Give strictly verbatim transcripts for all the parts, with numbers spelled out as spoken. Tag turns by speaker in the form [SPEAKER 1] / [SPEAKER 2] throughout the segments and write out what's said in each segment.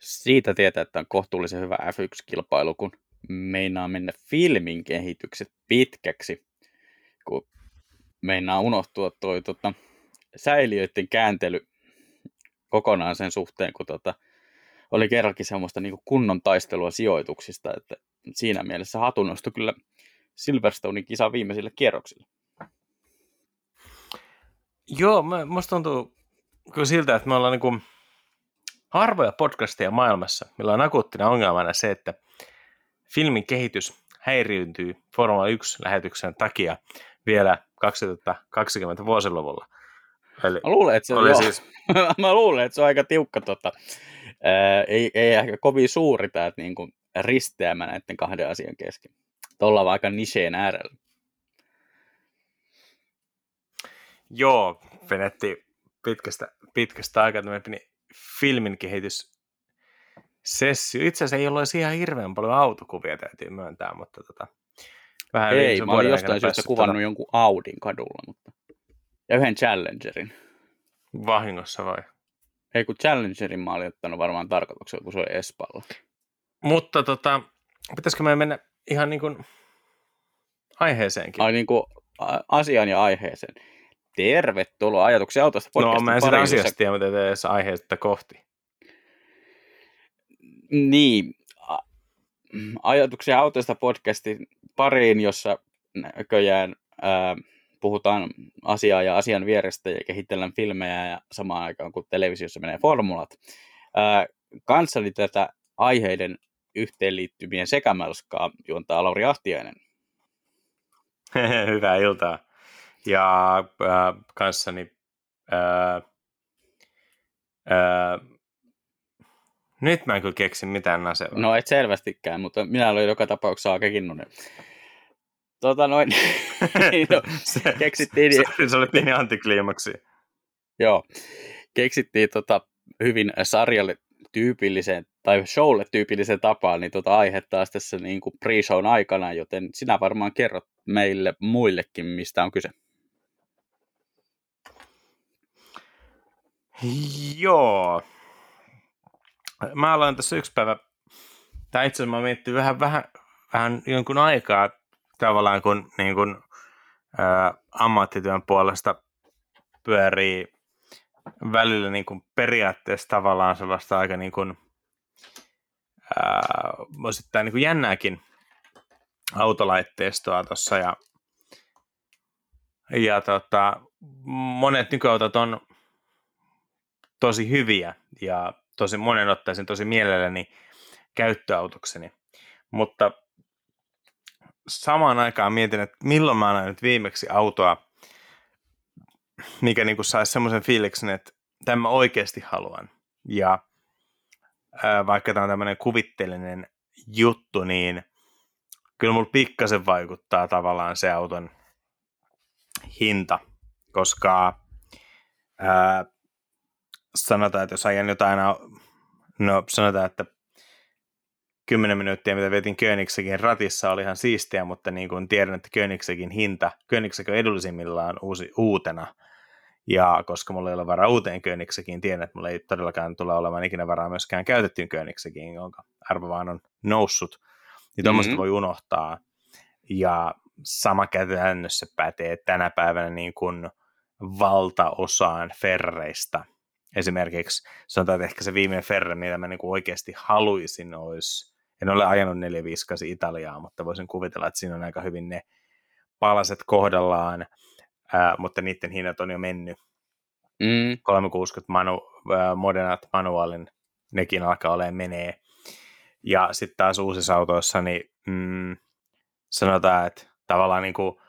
[SPEAKER 1] Siitä tietää, että on kohtuullisen hyvä F yksi -kilpailu, kun meinaa mennä filmin kehitykset pitkäksi, kun meinaa unohtua toi tota, säiliöiden kääntely kokonaan sen suhteen, kun tota, oli kerrankin semmoista niin kuin kunnon taistelua sijoituksista, että siinä mielessä hatunnosto kyllä Silverstonein kisan viimeisille kierroksille.
[SPEAKER 2] Joo, mä, musta tuntuu kyllä siltä, että me ollaan niin kuin harvoja podcasteja maailmassa, millä on akuuttina ongelmana se, että filmin kehitys häiriintyy Formula yksi-lähetyksen takia vielä kaksituhattakaksikymmentä vuosiluvulla. Eli
[SPEAKER 1] mä, luulen, että se,
[SPEAKER 2] oli siis...
[SPEAKER 1] mä luulen, että se on aika tiukka, tota, ää, ei, ei ehkä kovin suuri tämä niin kuin risteämä näiden kahden asian kesken. Tuolla on aika nicheen äärellä.
[SPEAKER 2] Joo, venettiin pitkästä, pitkästä aikaa tämmöinen filmin kehityssessio. Itse asiassa ei ollut edes ihan hirveän paljon autokuvia, täytyy myöntää, mutta tota, vähän
[SPEAKER 1] ei, mä olin jostain syystä kuvannut
[SPEAKER 2] tota...
[SPEAKER 1] jonkun Audin kadulla, mutta... ja yhden Challengerin.
[SPEAKER 2] Vahingossa vai?
[SPEAKER 1] Ei, kun Challengerin mä olin ottanut varmaan tarkoituksella, kun se oli Espalla.
[SPEAKER 2] Mutta tota, pitäisikö me mennä ihan niin kuin aiheeseenkin?
[SPEAKER 1] Ai niin kuin asiaan ja aiheeseen. Tervetuloa Ajatuksia autosta podcastin
[SPEAKER 2] No mä en sitä asiasta tiedä, mutta edes aiheesta kohti.
[SPEAKER 1] Niin, Ajatuksia autosta podcastin pariin, jossa näköjään ää, puhutaan asiaa ja asian vierestä ja kehitellään filmejä ja samaan aikaan kun televisiossa menee formulat. Ää, kanssani tätä aiheiden yhteenliittymien sekamelskaa juontaa Lauri Ahtiainen.
[SPEAKER 2] Hyvää iltaa. Ja äh, kanssani äh, äh, nyt mä en kyllä keksi mitään nasevaa.
[SPEAKER 1] No et selvästikään, mutta minä olen joka tapauksessa Aake Kinnunen. Tota noin, no,
[SPEAKER 2] se,
[SPEAKER 1] keksittiin...
[SPEAKER 2] Se, se oli pieni antikliimaksi.
[SPEAKER 1] Joo, keksittiin tota hyvin sarjalle tyypilliseen, tai showlle tyypilliseen tapaan, niin tota aihe taas tässä niin kuin pre-shown aikana, joten sinä varmaan kerrot meille muillekin, mistä on kyse.
[SPEAKER 2] Joo. Mä aloin tässä yksi päivä, tai itse asiassa mä miettin vähän, vähän, vähän jonkun aikaa tavallaan, kun niin kun, ää, ammattityön puolesta pyörii välillä niin kun periaatteessa tavallaan sellaista aika niin kun, ää, osittain niin kun jännääkin autolaitteistoa tuossa ja, ja tota, monet nykyautot on tosi hyviä ja tosi monen ottaisin tosi mielelläni käyttöautokseni, mutta samaan aikaan mietin, että milloin mä annan nyt viimeksi autoa, mikä niin kuin saisi semmoisen fiiliksen, että tämän mä oikeasti haluan. Ja ää, vaikka tämä on tämmöinen kuvitteellinen juttu, niin kyllä mulla pikkasen vaikuttaa tavallaan se auton hinta, koska ää, sanotaan, että jos ajan jotain, no sanotaan, että kymmenen minuuttia, mitä vietin Koenigseggin ratissa, oli ihan siistiä, mutta niin kuin tiedän, että Koenigseggin hinta, Koenigsegg on edullisimmillaan uusi, uutena, ja koska mulla ei ole varaa uuteen Koenigsegiin, tiedän, että mulla ei todellakaan tule olemaan ikinä varaa myöskään käytettyyn Koenigsegiin, jonka arvo vaan on noussut, niin tuommoista mm-hmm. voi unohtaa, ja sama käytännössä pätee tänä päivänä niin kuin valtaosaan Ferreistä. Esimerkiksi sanotaan, että ehkä se viimeinen Ferre, mitä mä niin kuin oikeasti haluaisin, olisi, en ole ajanut neljä viisi kahdeksan Italiaa, mutta voisin kuvitella, että siinä on aika hyvin ne palaset kohdallaan, ää, mutta niiden hinnat on jo mennyt. Mm. kolmesataakuusikymmentä manu, ää, Modenat manuaalin, nekin alkaa olemaan menee. Ja sitten taas uusissa autoissa, niin mm, sanotaan, että tavallaan niin kuin,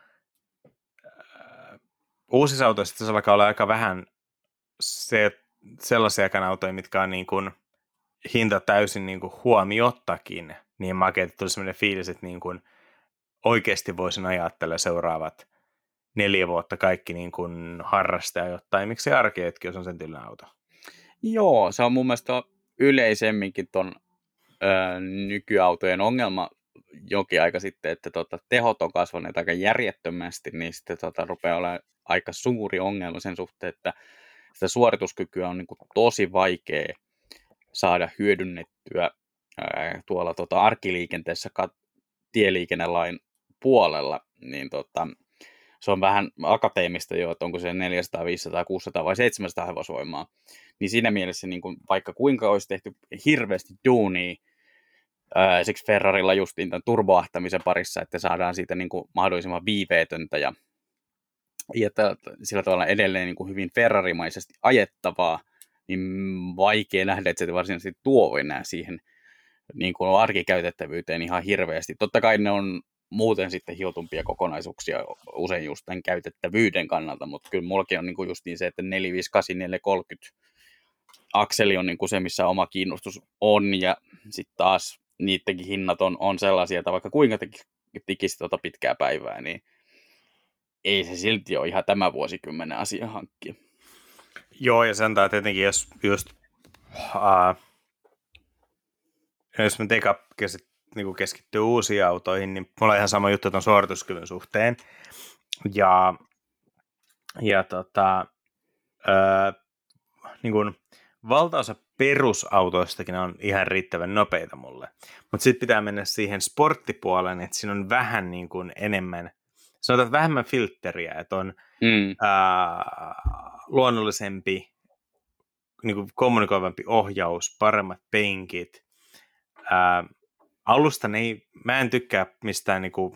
[SPEAKER 2] ää, uusissa autoissa se alkaa olla aika vähän se, sellaisia autoja, mitkä on niin kuin hinta täysin niin kuin huomiottakin, niin makea, että tuli sellainen fiilis, että niin kuin oikeasti voisin ajatella seuraavat neljä vuotta kaikki niin kuin harrastajat, tai miksi arkeetkin, jos on sen tyylinen auto.
[SPEAKER 1] Joo, se on mun mielestä yleisemminkin ton ö, nykyautojen ongelma jokin aika sitten, että tota, tehot on kasvaneet aika järjettömästi, niin sitten tota, rupeaa olemaan aika suuri ongelma sen suhteen, että sitä suorituskykyä on niin kuin tosi vaikea saada hyödynnettyä ää, tuolla tota, arkiliikenteessä kat- tieliikennelain puolella, niin tota, se on vähän akateemista jo, että onko se neljäsataa, viisisataa, kuusisataa vai seitsemänsataa hevosvoimaa. Niin siinä mielessä niin kuin, vaikka kuinka olisi tehty hirveästi duunia ää, siksi Ferrarilla justiin tämän turboahtamisen parissa, että saadaan siitä niin kuin, mahdollisimman viiveetöntä ja, ja t- sillä tavalla edelleen niin kuin, hyvin Ferrarimaisesti ajettavaa, niin vaikea nähdä, että se varsinaisesti tuo enää siihen niin kuin arkikäytettävyyteen ihan hirveästi. Totta kai ne on muuten sitten hiotumpia kokonaisuuksia usein just tämän käytettävyyden kannalta, mutta kyllä mullakin on niin kuin justiin se, että neljä viisikymmentäkahdeksan, neljä kolmekymmentä akseli on niin kuin se, missä oma kiinnostus on, ja sitten taas niidenkin hinnat on, on sellaisia, että vaikka kuinka tikisi tuota pitkää päivää, niin ei se silti ole ihan tämä vuosikymmenen asia hankkia.
[SPEAKER 2] Joo, ja sen takia tietenkin, jos just uh, jos me teka niin keskittyy uusiin autoihin, niin mulla on ihan sama juttu tuon suorituskyvyn suhteen. Ja, ja tota, öö, niin kuin valtaosa perusautoistakin on ihan riittävän nopeita mulle. Mutta sitten pitää mennä siihen sporttipuoleen, että siinä on vähän niin kuin enemmän, sanotaan vähemmän filtteriä, että on mm. öö, luonnollisempi, niin kuin kommunikoivampi ohjaus, paremmat penkit. Ää, alusta ei, mä en tykkää mistään niinku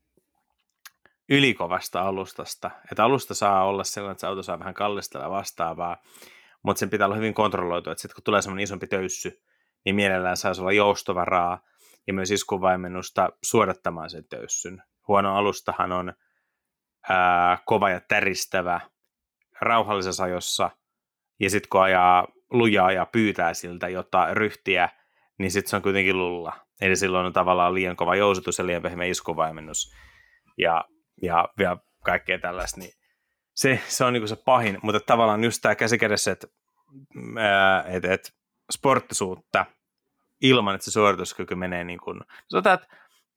[SPEAKER 2] ylikovasta alustasta. Että alusta saa olla sellainen, että se auto saa vähän kallistella vastaavaa, mutta sen pitää olla hyvin kontrolloitu, että sitten kun tulee semmoinen isompi töyssy, niin mielellään saisi olla joustavaraa ja myös iskuvaimennusta suodattamaan sen töyssyn. Huono alustahan on ää, kova ja täristävä rauhallisessa ajossa, ja sitten kun ajaa lujaa ja pyytää siltä jotain ryhtiä, niin sitten se on kuitenkin lulla. Eli silloin on tavallaan liian kova jousitus ja liian pehmeä iskuvaimennus ja, ja, ja kaikkea tällaista. Niin se, se on niinku se pahin, mutta tavallaan just tämä käsikädessä, että et, et sporttisuutta ilman, että se suorituskyky menee niin kuin, sanotaan, että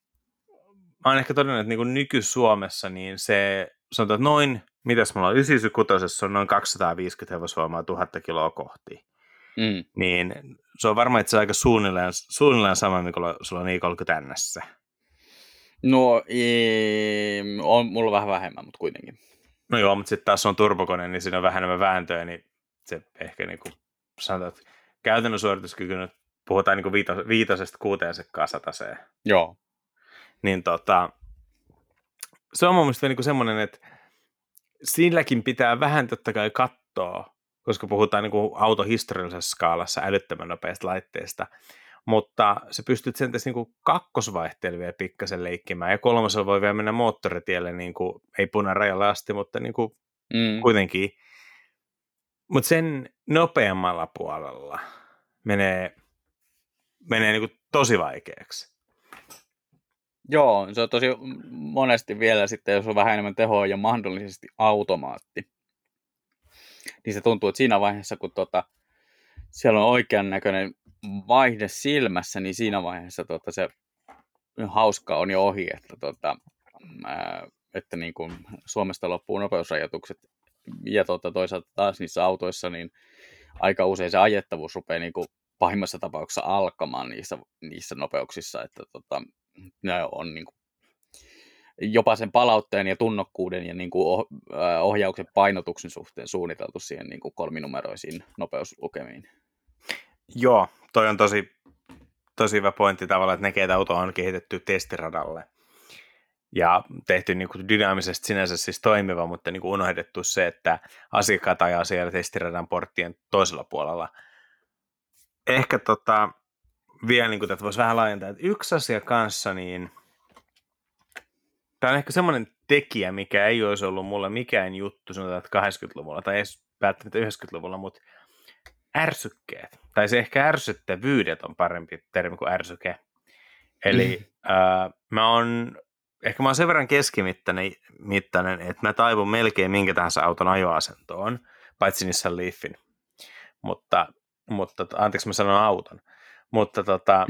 [SPEAKER 2] mä oon ehkä todennut, että niin kuin nyky-Suomessa niin se, sanotaan, että noin, mitäs mulla on, yhdeksänkymmentäkuusi on noin kaksisataaviisikymmentä hevosvoimaa tuhatta kiloa kohti. Mm. Niin se on varmaan itse aika suunnilleen, suunnilleen sama, mikä sulla on i kolmekymmentä N:ssä.
[SPEAKER 1] No, ee, on mulla vähän vähemmän, mutta kuitenkin.
[SPEAKER 2] No joo, mutta sitten taas on turbokone, niin siinä on vähän enemmän vääntöä, niin se ehkä niin kuin sanotaan, että käytännön suorituskyky, nyt puhutaan niin kuin viito, viitosesta kuuteen sekkaan sataseen.
[SPEAKER 1] Joo.
[SPEAKER 2] Niin tota, se on mun mielestä niin kuin semmoinen, että silläkin pitää vähän totta kai katsoa, koska puhutaan niin kuin autohistoriallisessa skaalassa älyttömän nopeasta laitteesta, mutta se pystyt sen tässä niin kakkosvaihteella vielä pikkasen leikkimään, ja kolmosella voi vielä mennä moottoritielle, niin kuin, ei punarajalle asti, mutta niin kuin mm. kuitenkin. Mutta sen nopeammalla puolella menee, menee niin kuin tosi vaikeaksi.
[SPEAKER 1] Joo, se on tosi monesti vielä sitten, jos on vähän enemmän tehoa ja mahdollisesti automaatti. Niin se tuntuu, että siinä vaiheessa, kun tota, siellä on oikean näköinen vaihde silmässä, niin siinä vaiheessa tota, se hauska on jo ohi, että, tota, ää, että niin kuin Suomesta loppuu nopeusrajoitukset ja tota, toisaalta taas niissä autoissa, niin aika usein se ajettavuus rupeaa niin kuin pahimmassa tapauksessa alkamaan niissä, niissä nopeuksissa, että tota, ne on niin kuin jopa sen palautteen ja tunnokkuuden ja niin kuin ohjauksen painotuksen suhteen suunniteltu siihen niin kuin kolminumeroisiin nopeuslukemiin.
[SPEAKER 2] Joo, toi on tosi, tosi hyvä pointti tavallaan, että näkee, että auto on kehitetty testiradalle ja tehty niin kuin dynaamisesti sinänsä siis toimiva, mutta niin kuin unohdettu se, että asiakkaat ajaa siellä testiradan porttien toisella puolella. Ehkä tota, vielä niin kuin tätä voisi vähän laajentaa, että yksi asia kanssa, niin tämä on ehkä semmoinen tekijä, mikä ei olisi ollut mulle mikään juttu, sanotaan, että kahdeksankymmentäluvulla tai edes päättämättä yhdeksänkymmentäluvulla, mutta ärsykkeet, tai se ehkä ärsyttävyydet on parempi termi kuin ärsyke. Eli mm. äh, mä oon, ehkä mä oon sen verran keskimittainen, mittainen, että mä taivun melkein minkä tahansa auton ajoasentoon, paitsi Nissan Leafin. Mutta, mutta anteeksi mä sanon auton. Mutta tota...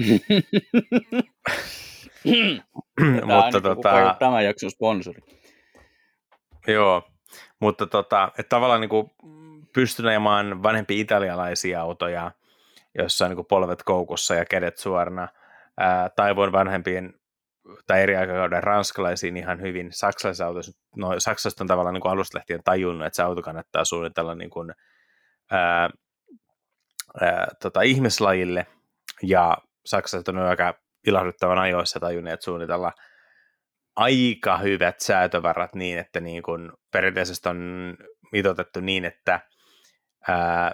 [SPEAKER 1] mutta tota... Tämä jakson sponsori.
[SPEAKER 2] Joo, mutta tota, että tavallaan niin kuin pystyn ajamaan vanhempia italialaisia autoja jossa on niin kuin polvet koukussa ja kädet suorana. Ää, tai voin vanhempien tai eri aikakauden ranskalaisiin ihan hyvin. Saksalaisissa autoissa, no Saksasta on tavallaan niin kuin alusta lähtien tajunnut, että se auto kannattaa suunnitella niin kuin, ää, ää, tota, ihmislajille, ja saksalaiset on aika ilahduttavan ajoissa tajunneet suunnitella aika hyvät säätövarat niin, että niin kuin perinteisesti on mitoitettu niin, että ää,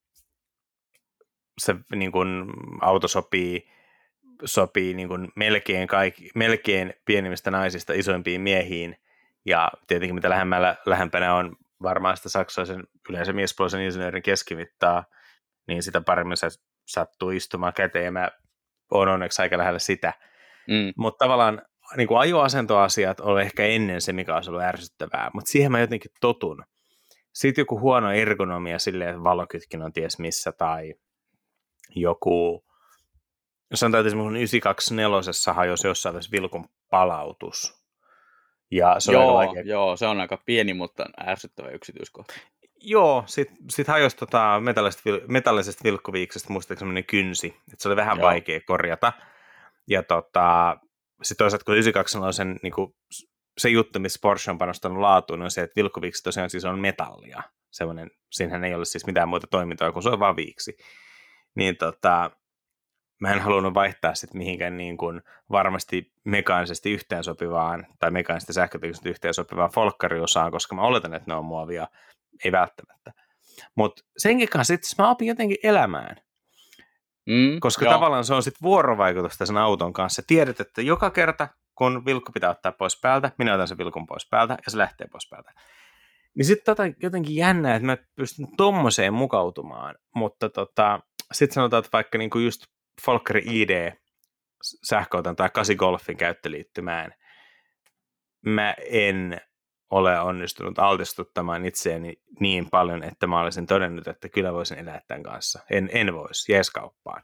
[SPEAKER 2] se niin kuin auto sopii, sopii niin kuin melkein, kaikki, melkein pienimmistä naisista isoimpiin miehiin, ja tietenkin mitä lähemmällä, lähempänä on varmaan sitä saksalaisen yleensä miespuolisen insinöörin keskimittaa, niin sitä paremmin se sattuu istumaan käteen, ja mä oon onneksi aika lähellä sitä.
[SPEAKER 1] Mm.
[SPEAKER 2] Mutta tavallaan niin kuin ajoasentoasiat on ehkä ennen se, mikä olisi ollut ärsyttävää, mutta siihen mä jotenkin totun. Sitten joku huono ergonomia silleen, että valokytkin on ties missä, tai joku, sanotaan, että esimerkiksi yhdeksänsataakaksikymmentäneljä hajosi jossain vaiheessa vilkun palautus. Ja se
[SPEAKER 1] joo,
[SPEAKER 2] on
[SPEAKER 1] joo, se on aika pieni, mutta ärsyttävä yksityiskohta.
[SPEAKER 2] Joo, sitten sit hajosi tota metallisesta, metallisesta vilkkuviiksestä muistaakseni semmoinen kynsi, että se oli vähän
[SPEAKER 1] Joo.
[SPEAKER 2] vaikea korjata. Ja tota, sitten toisaalta kun yhdeksänsataakaksikymmentä niin kuin se juttu, missä Porsche on panostanut laatuun, on se, että vilkkuviiksi tosiaan siis on metallia. Semmoinen, siinähän ei ole siis mitään muuta toimintaa, kun se on vaan viiksi. Niin tota, mä en halunnut vaihtaa sitten mihinkään niin kuin varmasti mekaanisesti yhteensopivaan tai mekaanisesti sähköteknisesti yhteensopivaan folkkariosaan, koska mä oletan, että ne on muovia. Ei välttämättä. Mutta senkin kanssa sitten mä opin jotenkin elämään.
[SPEAKER 1] Mm,
[SPEAKER 2] koska
[SPEAKER 1] joo.
[SPEAKER 2] tavallaan se on sitten vuorovaikutusta sen auton kanssa. Tiedät, että joka kerta, kun vilkku pitää ottaa pois päältä, minä otan sen vilkun pois päältä ja se lähtee pois päältä. Niin sitten tota jotenkin jännää, että mä pystyn tommoseen mukautumaan. Mutta tota, sitten sanotaan, että vaikka niinku just Folkkari I D sähköauton tai kahdeksan Golfin käyttöliittymään, mä en ole onnistunut altistuttamaan itseäni niin paljon, että mä olisin todennut, että kyllä voisin elää tämän kanssa. En, en voisi, jees kauppaan.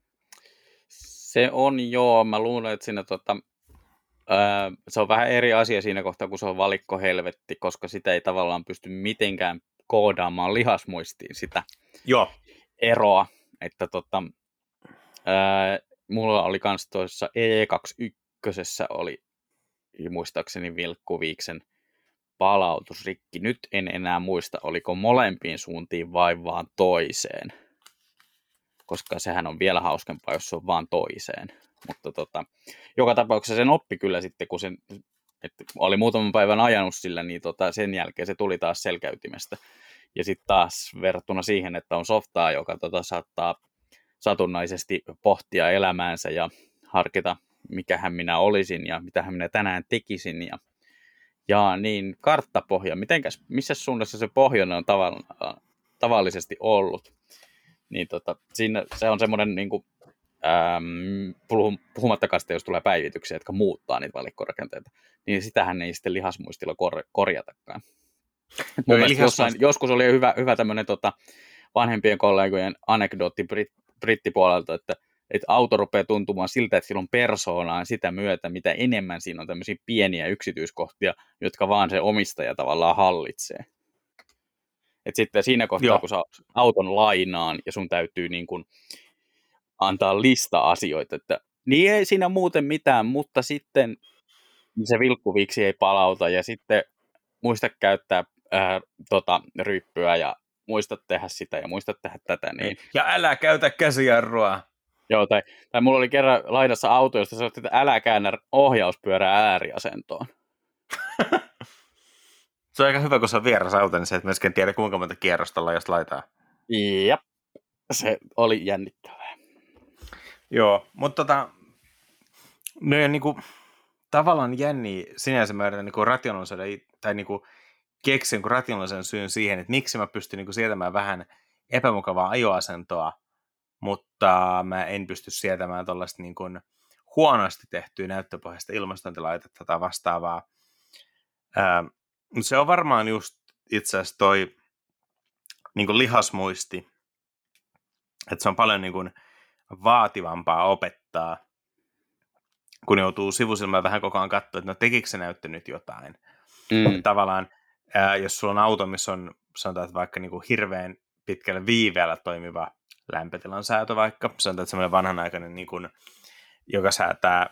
[SPEAKER 1] Se on joo, mä luulen, että siinä tota, ää, se on vähän eri asia siinä kohtaa, kun se on valikko helvetti, koska sitä ei tavallaan pysty mitenkään koodaamaan lihasmuistiin sitä
[SPEAKER 2] joo.
[SPEAKER 1] eroa. Että tota, ää, mulla oli kans toisessa E kaksikymmentäyksi oli muistaakseni vilkkuviiksen palautusrikki. Nyt en enää muista, oliko molempiin suuntiin vai vaan toiseen. Koska sehän on vielä hauskempaa, jos se on vaan toiseen. Mutta tota, joka tapauksessa sen oppi kyllä sitten, kun sen, että oli muutaman päivän ajanut sillä, niin tota, sen jälkeen se tuli taas selkäytimestä. Ja sitten taas verrattuna siihen, että on softaa, joka tota, saattaa satunnaisesti pohtia elämäänsä ja harkita, mikähän minä olisin ja mitähän minä tänään tekisin. Ja, ja niin, karttapohja. Mitenkäs, missä suunnassa se pohjana on tavall- tavallisesti ollut? Niin tota, siinä se on semmoinen, niin kuin, ähm, puhumattakaan sitten, jos tulee päivityksiä, jotka muuttaa niitä valikkorakenteita, niin sitähän ei sitten lihasmuistilla kor- korjatakaan. Mun mielestä lihasmuist... jossain, joskus oli hyvä, hyvä tämmöinen tota, vanhempien kollegojen anekdootti brit- brittipuolelta, että, että auto rupeaa tuntumaan siltä, että sillä on persoonaan sitä myötä, mitä enemmän siinä on tämmöisiä pieniä yksityiskohtia, jotka vaan se omistaja tavallaan hallitsee. Et sitten siinä kohtaa, Joo. kun sä auton lainaan ja sun täytyy niin kun antaa lista asioita, että niin ei siinä muuten mitään, mutta sitten se vilkkuviiksi ei palauta ja sitten muista käyttää ää, tota, ryppyä ja muista tehdä sitä ja muista tehdä tätä. Niin...
[SPEAKER 2] Ja älä käytä käsijarrua.
[SPEAKER 1] Joo, tai, tai mulla oli kerran laidassa auto, josta sanottiin, että älä käännä ohjauspyörää ääriasentoon.
[SPEAKER 2] Se on aika hyvä, kun se on vieras auto, niin se et myöskään tiedä, kuinka monta kierrosta jos laitaa.
[SPEAKER 1] Jep, se oli jännittävää.
[SPEAKER 2] Joo, mutta tota, no ja niinku, tavallaan jänniä sinänsä mä yritän niinku rationalisoida, tai niinku keksin niinku rationaalisen syyn siihen, että miksi mä pystyn niinku sietämään vähän epämukavaa ajoasentoa, mutta mä en pysty sietämään tuollaista niinku huonosti tehtyä näyttöpohjaista ilmastointilaitetta tai vastaavaa. Ää, se on varmaan just itse asiassa toi niinku lihasmuisti, että se on paljon niinku vaativampaa opettaa, kun joutuu sivusilmään vähän koko ajan katsoa, että no tekikö se näyttö nyt jotain. Mm. Tavallaan, ää, jos sulla on auto, missä on sanotaan, että vaikka niinku hirveän pitkällä viiveellä toimiva lämpötilan säätö vaikka. Se on semmoinen vanhanaikainen, niin kuin, joka säätää,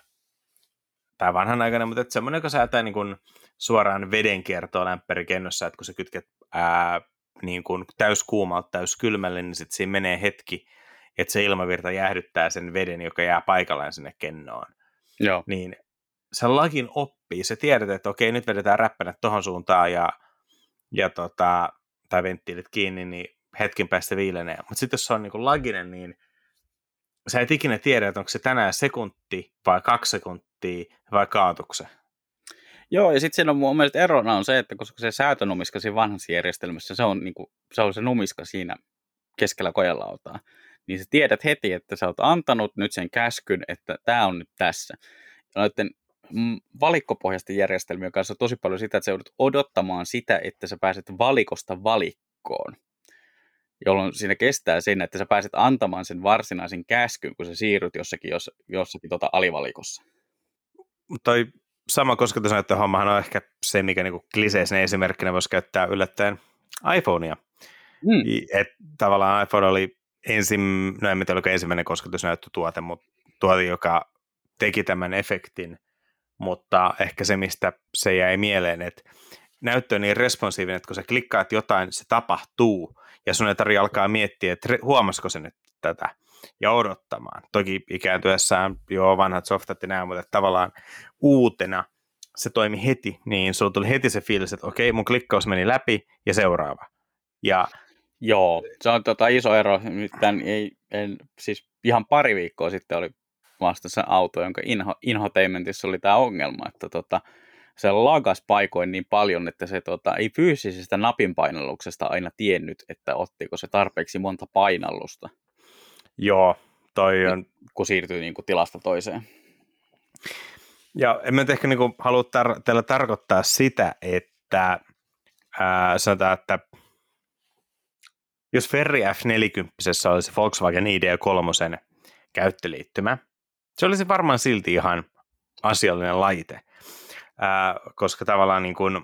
[SPEAKER 2] tai vanhanaikainen, mutta semmoinen, joka säätää niin kuin, suoraan vedenkiertoa lämpärikennossa, että kun sä kytket ää, niin kuin, täyskuumalta täyskylmälle, niin sitten siinä menee hetki, että se ilmavirta jäähdyttää sen veden, joka jää paikallaan sinne kennoon.
[SPEAKER 1] Joo.
[SPEAKER 2] Niin se lagin oppii, se tiedät, että okei, nyt vedetään räppänät tohon suuntaan ja, ja tota, tai venttiilit kiinni, niin hetken päästä viilenee. Mutta sitten jos se on niin kuin laginen, niin sä et ikinä tiedä, että onko se tänään sekunti vai kaksi sekuntia vai kaatuuko se.
[SPEAKER 1] Joo, ja sitten siinä on mun mielestä erona on se, että koska se säätönumiska siinä vanhassa järjestelmässä, se on, niin kuin, se on se numiska siinä keskellä kojelautaa, niin sä tiedät heti, että sä oot antanut nyt sen käskyn, että tämä on nyt tässä. Ja noiden valikkopohjaisten järjestelmien kanssa on tosi paljon sitä, että sä joudut odottamaan sitä, että sä pääset valikosta valikkoon, jolloin siinä kestää sen, että sä pääset antamaan sen varsinaisen käskyn, kun sä siirryt jossakin, jos, jossakin tota alivalikossa.
[SPEAKER 2] Toi sama kosketusnäyttöhommahan on ehkä se, mikä niinku kliseisenä esimerkkinä voisi käyttää yllättäen iPhonea. Mm. Et tavallaan iPhone oli ensin, no en tiedä, oliko ensimmäinen kosketusnäyttötuote, mutta tuote, joka teki tämän efektin, mutta ehkä se, mistä se jäi mieleen, että näyttö on niin responsiivinen, että kun sä klikkaat jotain, se tapahtuu, ja sun ei tarvitse alkaa miettiä, että huomasiko se nyt tätä, ja odottamaan. Toki ikääntyessään jo vanhat softat ja nämä, mutta tavallaan uutena se toimi heti, niin sulla tuli heti se fiilis, että okei, mun klikkaus meni läpi, ja seuraava. Ja
[SPEAKER 1] joo, se on tota iso ero. Tämän ei, en, siis ihan pari viikkoa sitten oli vastassa auto, jonka inho, infotainmentissa oli tämä ongelma, että tota, se lagas paikoin niin paljon, että se tota, ei fyysisestä napinpainalluksesta aina tiennyt, että ottiko se tarpeeksi monta painallusta.
[SPEAKER 2] Joo, toi on...
[SPEAKER 1] kun siirtyy niin kuin tilasta toiseen.
[SPEAKER 2] Ja en mä nyt ehkä niin kuin halua tar- teillä tarkoittaa sitä, että ää, sanotaan, että jos Ferri F neljäkymmentä olisi Volkswagen I D kolme käyttöliittymä, se olisi varmaan silti ihan asiallinen laite, ää, koska tavallaan niin kuin,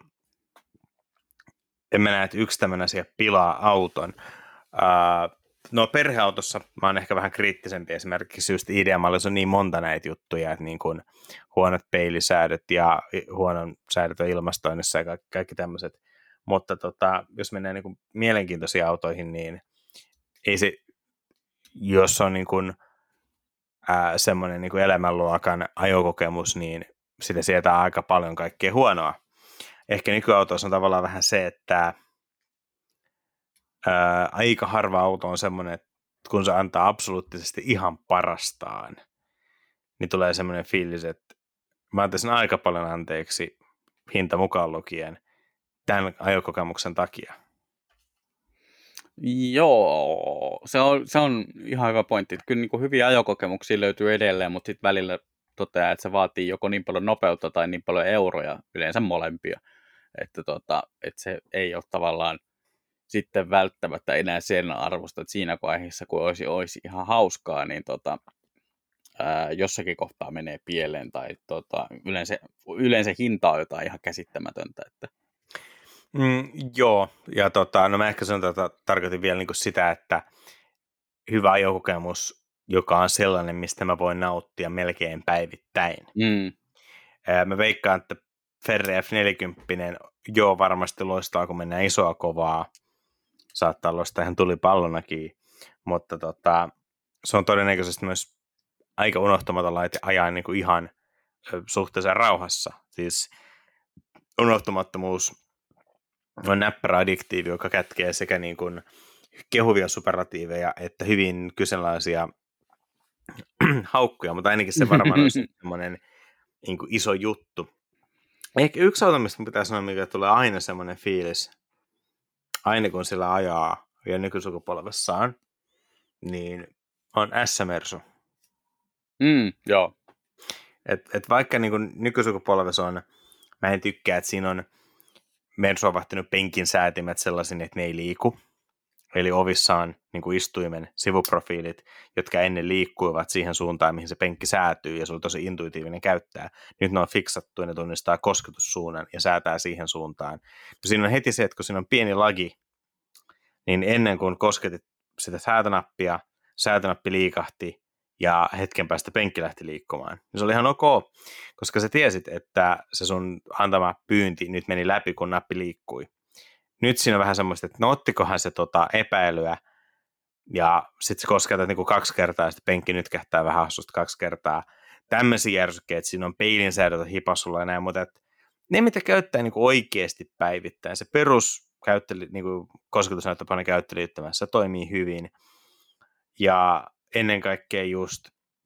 [SPEAKER 2] en mä näe, että yksi tämmöinen asia pilaa auton. Ää, no perheautossa mä oon ehkä vähän kriittisempi esimerkiksi just I D-mallissa on niin monta näitä juttuja, että niin kuin huonot peilisäädöt ja huonon säädöt on ilmastoinnissa ja kaikki, kaikki tämmöiset. Mutta tota, jos mennään niin kuin mielenkiintoisiin autoihin, niin ei se, jos on niin kuin, ää, semmoinen niin kuin elämänluokan ajokokemus, niin sitä sietää aika paljon kaikkea huonoa. Ehkä nykyautoissa on tavallaan vähän se, että ää, aika harva auto on semmoinen, että kun se antaa absoluuttisesti ihan parastaan, niin tulee semmoinen fiilis, että mä antaisin aika paljon anteeksi hinta mukaan lukien tämän ajokokemuksen takia.
[SPEAKER 1] Joo, se on, se on ihan hyvä pointti. Kyllä niin kuin hyviä ajokokemuksia löytyy edelleen, mutta sitten välillä toteaa, että se vaatii joko niin paljon nopeutta tai niin paljon euroja, yleensä molempia. Että, tota, että se ei ole tavallaan sitten välttämättä enää sen arvosta, että siinä vaiheessa, kun olisi, olisi ihan hauskaa, niin tota, ää, jossakin kohtaa menee pieleen tai tota, yleensä, yleensä hinta on jotain ihan käsittämätöntä. Että.
[SPEAKER 2] Mm, joo, ja tota, no mä ehkä sanon, että tarkoitin vielä niin kuin sitä, että hyvä ajokokemus, joka on sellainen, mistä mä voin nauttia melkein päivittäin. Mm. Ää, mä veikkaan, että Ferri F neljäkymmentä, joo, varmasti loistaa, kun mennään isoa kovaa, saattaa loistaa ihan tulipallonakin, mutta tota, se on todennäköisesti myös aika unohtamaton laite ajaa niin kuin ihan suhteellisen rauhassa. Siis unohtumattomuus on näppärä addiktiivi, joka kätkee sekä niin kuin kehuvia superlatiiveja että hyvin kyseenalaisia haukkuja, mutta ainakin se varmaan on semmoinen niin kuin iso juttu. Ehkä yksi auto, mistä pitää sanoa, mikä tulee aina semmoinen fiilis, aina kun sillä ajaa ja nykysukupolvessaan, niin on S-Mersu.
[SPEAKER 1] Mm, joo.
[SPEAKER 2] Et, et vaikka niin kuin nykysukupolvessa on, mä en tykkää, että siinä on Mersu on vahtinut penkin säätimet sellaisin, että ne ei liiku. Eli ovissa on niin kuin istuimen sivuprofiilit, jotka ennen liikkuivat siihen suuntaan, mihin se penkki säätyy, ja se oli tosi intuitiivinen käyttää. Nyt ne on fiksattu, ja ne tunnistaa kosketussuunnan ja säätää siihen suuntaan. No siinä on heti se, että kun siinä on pieni lagi, niin ennen kuin kosketit sitä säätönappia, säätönappi liikahti ja hetken päästä penkki lähti liikkumaan. Se oli ihan ok, koska sä tiesit, että se sun antama pyynti nyt meni läpi, kun nappi liikkui. Nyt siinä on vähän semmoista, että no ottikohan se tota epäilyä, ja sitten se kosketat niinku kaksi kertaa, ja sitten penkki nyt kähtää vähän hassusta kaksi kertaa. Tämmöisiä järsykkeitä, että siinä on peilin säädötä hipasulla ja näin, mutta et ne, mitä käyttää niinku oikeasti päivittäin, se perus käyttely, niinku kosketusnäyttöpanen käyttöliittymässä toimii hyvin. Ja ennen kaikkea just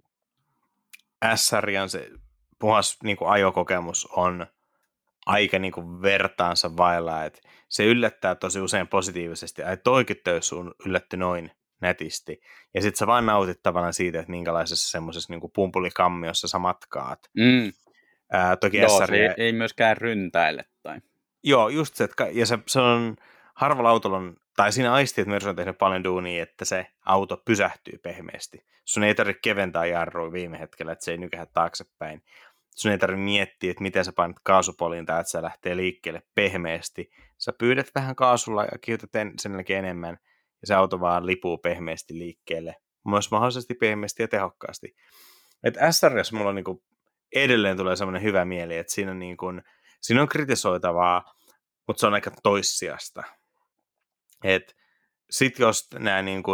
[SPEAKER 2] S-sarjan se puhas niinku ajokokemus on aika niinku vertaansa vailla, että se yllättää tosi usein positiivisesti, että toikin töissä on yllätty noin nätisti, ja sitten sä vaan nautit tavallaan siitä, että minkälaisessa semmoisessa niinku pumpulikammiossa sä matkaat.
[SPEAKER 1] Mm.
[SPEAKER 2] Ää, toki
[SPEAKER 1] Joo,
[SPEAKER 2] S-sarja...
[SPEAKER 1] se ei, ei myöskään ryntäile. Tai...
[SPEAKER 2] Joo, just se, että ja se, se on harvalla autolla on, tai siinä aistii, että Mersu on tehnyt paljon duunia, että se auto pysähtyy pehmeästi. Sun ei tarvitse keventää jarrua viime hetkellä, että se ei nykähä taaksepäin. Sun ei tarvitse miettiä, että miten sä painat kaasupoliin tai että se lähtee liikkeelle pehmeästi. Sä pyydät vähän kaasulla ja kiihotat sen jälkeen enemmän, ja se auto vaan lipuu pehmeästi liikkeelle. Myös mahdollisesti pehmeästi ja tehokkaasti. Että S-sarjassa mulla on niinku, edelleen tulee semmoinen hyvä mieli, että siinä on, niinku, siinä on kritisoitavaa, mutta se on aika toissijasta. Että sit jos nämä niinku,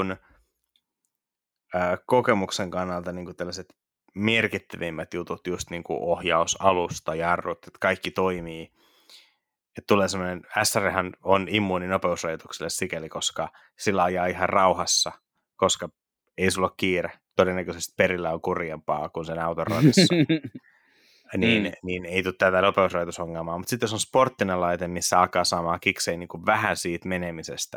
[SPEAKER 2] ää, kokemuksen kannalta niinku tällaiset merkittävimmät jutut, just niin kuin ohjaus, alusta, jarrut, että kaikki toimii. Että tulee semmoinen, S R-hän on immuuni nopeusrajoitukselle sikäli, koska sillä ajaa ihan rauhassa, koska ei sulla ole kiire. Todennäköisesti perillä on kurjempaa kuin sen auton ratissa. niin, mm. niin ei tule tätä nopeusrajoitusongelmaa. Mutta sitten jos on sporttinen laite, missä alkaa saamaan kikseen niin kuin vähän siitä menemisestä,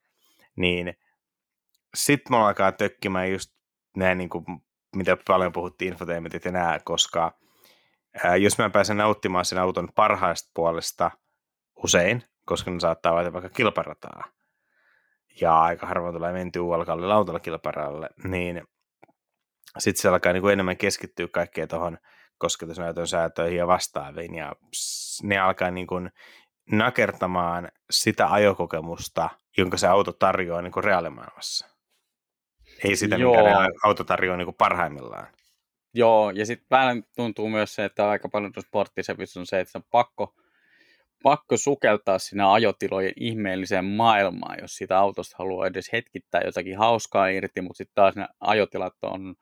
[SPEAKER 2] niin sitten mulla alkaa tökkimään just näin niin kuin mitä paljon puhuttiin infotainmentit ja nää, koska ää, jos mä pääsen nauttimaan sen auton parhaista puolesta usein, koska ne saattaa vaihtaa vaikka kilparataa, ja aika harvoin tulee mentyä U L-kallilla autolla kilparalle, niin sitten se alkaa niin kuin enemmän keskittyä kaikkeen tuohon kosketusnäytön säätöihin ja vastaaviin, ja ne alkaa niin kuin nakertamaan sitä ajokokemusta, jonka se auto tarjoaa niin kuin reaalimaailmassa. Ei sitä, Joo. minkä auto tarjoaa niin kuin parhaimmillaan.
[SPEAKER 1] Joo, ja sitten vähän tuntuu myös se, että aika paljon sporttisepissa on se, että se on pakko, pakko sukeltaa siinä ajotilojen ihmeelliseen maailmaan, jos siitä autosta haluaa edes hetkittää jotakin hauskaa irti, mutta sitten taas ne ajotilat on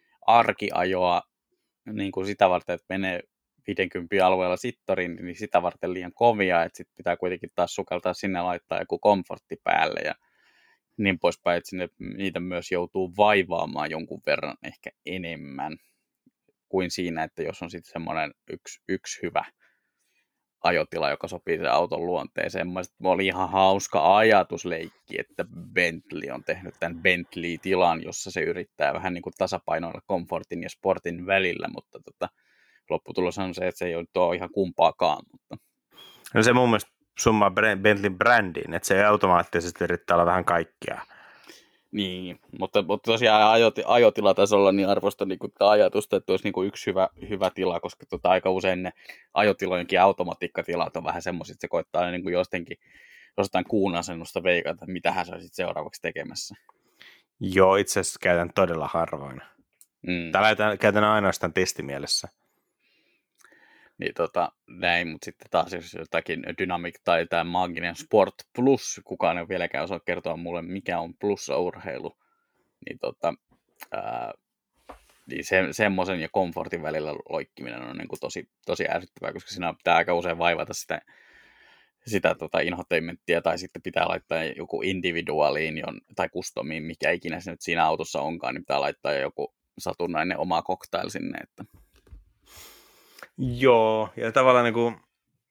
[SPEAKER 1] arkiajoa niin kuin sitä varten, että menee viisikymmentä alueella sittoriin, niin sitä varten liian kovia, että sitten pitää kuitenkin taas sukeltaa sinne laittaa joku komfortti päälle ja niin poispäin, että sinne niitä myös joutuu vaivaamaan jonkun verran ehkä enemmän kuin siinä, että jos on sitten semmoinen yksi, yksi hyvä ajotila, joka sopii sen auton luonteeseen. Mielestäni oli ihan hauska ajatusleikki, että Bentley on tehnyt tämän Bentley-tilan, jossa se yrittää vähän niin kuin tasapainoilla komfortin ja sportin välillä, mutta tota, lopputulos on se, että se ei ole ihan kumpaakaan. Mutta...
[SPEAKER 2] No se mun mielestä summaa Bentleyn brändiin, että se ei automaattisesti yrittää olla vähän kaikkia.
[SPEAKER 1] Niin, mutta, mutta tosiaan ajoti, ajotilatasolla niin arvostan niin kuin ajatusta, että olisi niin kuin yksi hyvä, hyvä tila, koska tota, aika usein ne ajotilojenkin automatiikkatilat on vähän semmoiset, että se koittaa niin kuin jostenkin, jostain kuun asennosta veikata, että mitähän sä olisit seuraavaksi tekemässä.
[SPEAKER 2] Joo, itse asiassa käytän todella harvoin. Mm. Täällä käytän ainoastaan testimielessä.
[SPEAKER 1] Niin tota, näin, mutta sitten taas jos jotakin Dynamic tai tämä maaginen Sport Plus, kukaan ei vieläkään osaa kertoa mulle, mikä on plussa-urheilu, niin, tota, ää, niin se, semmoisen ja komfortin välillä loikkiminen on niin kuin tosi, tosi ärsyttävää, koska siinä pitää aika usein vaivata sitä, sitä tota infotainmenttia, tai sitten pitää laittaa joku individuaaliin tai customiin, mikä ikinä se nyt siinä autossa onkaan, niin pitää laittaa joku satunnainen oma cocktail sinne, että
[SPEAKER 2] Joo, ja tavallaan niin kuin,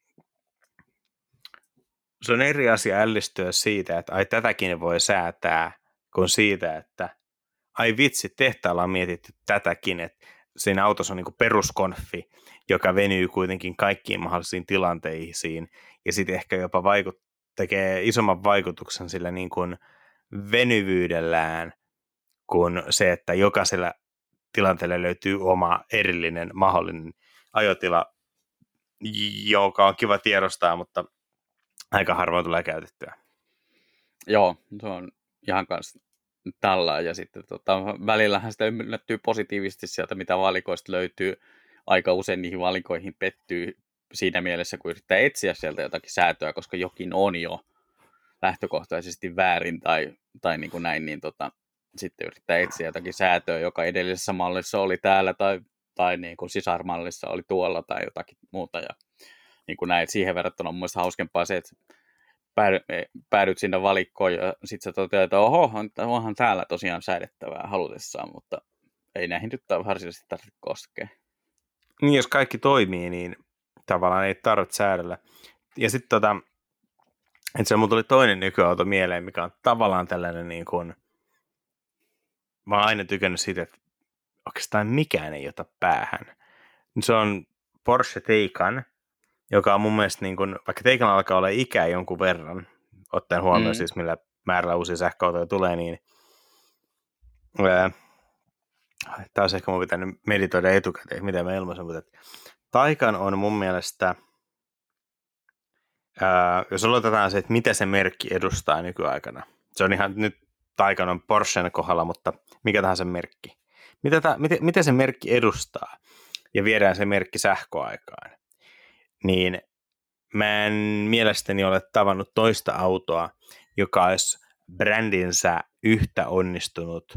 [SPEAKER 2] se on eri asia ällistyä siitä, että ai tätäkin voi säätää, kuin siitä, että ai vitsi, tehtaalla on mietitty tätäkin, että siinä autossa on niin kuin peruskonfi, joka venyy kuitenkin kaikkiin mahdollisiin tilanteisiin, ja sitten ehkä jopa vaikut- tekee isomman vaikutuksen sillä niin kuin venyvyydellään, kuin se, että jokaisella tilanteella löytyy oma erillinen mahdollinen ajotila, joka on kiva tiedostaa, mutta aika harvoin tulee käytettyä.
[SPEAKER 1] Joo, se on ihan kanssa tällä ja sitten tota, välillähän sitä yllättyy positiivisesti sieltä, mitä valikoista löytyy. Aika usein niihin valikoihin pettyy siinä mielessä, kun yrittää etsiä sieltä jotakin säätöä, koska jokin on jo lähtökohtaisesti väärin tai, tai niin kuin näin, niin tota, sitten yrittää etsiä jotakin säätöä, joka edellisessä mallissa oli täällä tai, tai niin kuin sisarmallissa oli tuolla tai jotakin muuta. Ja niin kuin näin, siihen verrattuna on mun mielestä hauskempaa se, että päädyt sinne valikkoon ja sitten sä toteat, että oho, onhan täällä tosiaan säädettävää halutessaan, mutta ei näihin nyt varsinaisesti tarvitse koskea.
[SPEAKER 2] Niin, jos kaikki toimii, niin tavallaan ei tarvitse säädellä. Ja sitten tota, että se mun tuli toinen nykyauto mieleen, mikä on tavallaan tällainen niin kuin, mä oon aina tykännyt siitä, että oikeastaan mikään ei ota päähän. Se on Porsche Taycan, joka on mun mielestä, niin kuin, vaikka Taycan alkaa olla ikää jonkun verran, ottaen huomioon mm. siis millä määrällä uusia sähköautoja tulee, niin ää, taas ehkä mun pitänyt meditoida etukäteen, mitä mä ilmaisin, mutta Taycan on mun mielestä, ää, jos aloitetaan se, että mitä se merkki edustaa nykyaikana. Se on ihan nyt Taycan on Porschen kohdalla, mutta mikä tahansa merkki. Mitä, ta, miten, miten se merkki edustaa ja viedään se merkki sähköaikaan, niin mä en mielestäni ole tavannut toista autoa, joka olisi brändinsä yhtä onnistunut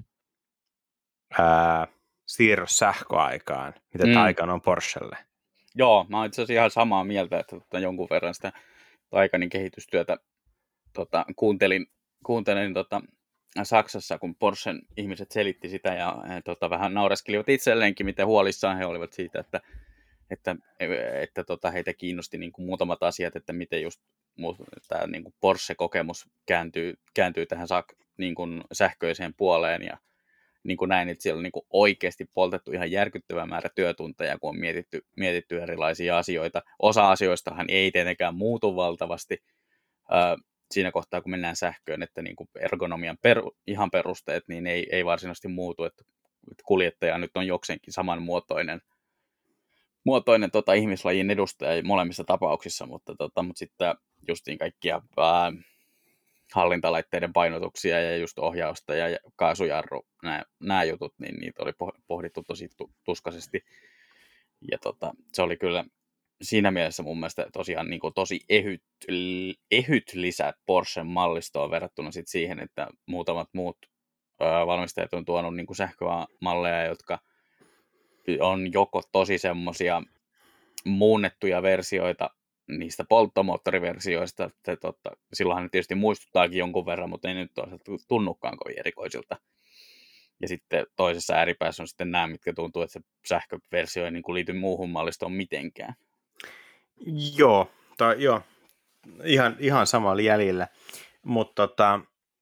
[SPEAKER 2] ää, siirros sähköaikaan, mitä mm. Taycan on Porschelle.
[SPEAKER 1] Joo, mä oon itse asiassa ihan samaa mieltä, että tota, jonkun verran sitä Taycanin kehitystyötä tota, kuuntelin, kuuntelin tota, Saksassa, kun Porschen ihmiset selitti sitä ja, ja tota, vähän naureskelivat itselleenkin, miten huolissaan he olivat siitä, että, että, että, että tota, heitä kiinnosti niin kuin muutamat asiat, että miten just tämä niin kuin Porsche-kokemus kääntyy, kääntyy tähän niin kuin sähköiseen puoleen ja niin kuin näin, että siellä on niin kuin oikeasti poltettu ihan järkyttävä määrä työtunteja, kun on mietitty, mietitty erilaisia asioita. Osa asioistahan ei tietenkään muutu valtavasti äh, siinä kohtaa, kun mennään sähköön, että niin kuin ergonomian peru, ihan perusteet niin ei, ei varsinaisesti muutu, että kuljettaja nyt on jokseenkin samanmuotoinen muotoinen, tota, ihmislajin edustaja molemmissa tapauksissa, mutta, tota, mutta sitten justiin kaikkia ää, hallintalaitteiden painotuksia ja just ohjausta ja kaasujarru, nämä, nämä jutut, niin niitä oli pohdittu tosi tuskaisesti. Ja tota, se oli kyllä siinä mielessä mun mielestä tosiaan niin kuin tosi ehyt, ehyt lisä Porschen mallistoon verrattuna sit siihen, että muutamat muut ää, valmistajat on tuonut niin kuin sähkömalleja, jotka on joko tosi semmoisia muunnettuja versioita niistä polttomoottoriversioista, että totta, silloinhan ne tietysti muistuttaakin jonkun verran, mutta ei nyt toisaalta tunnukaan kovin erikoisilta. Ja sitten toisessa ääripäässä on sitten nämä, mitkä tuntuu, että se sähköversio ei niin kuin liity muuhun mallistoon mitenkään.
[SPEAKER 2] Joo, tai joo, ihan, ihan samalla jäljellä, mutta tota,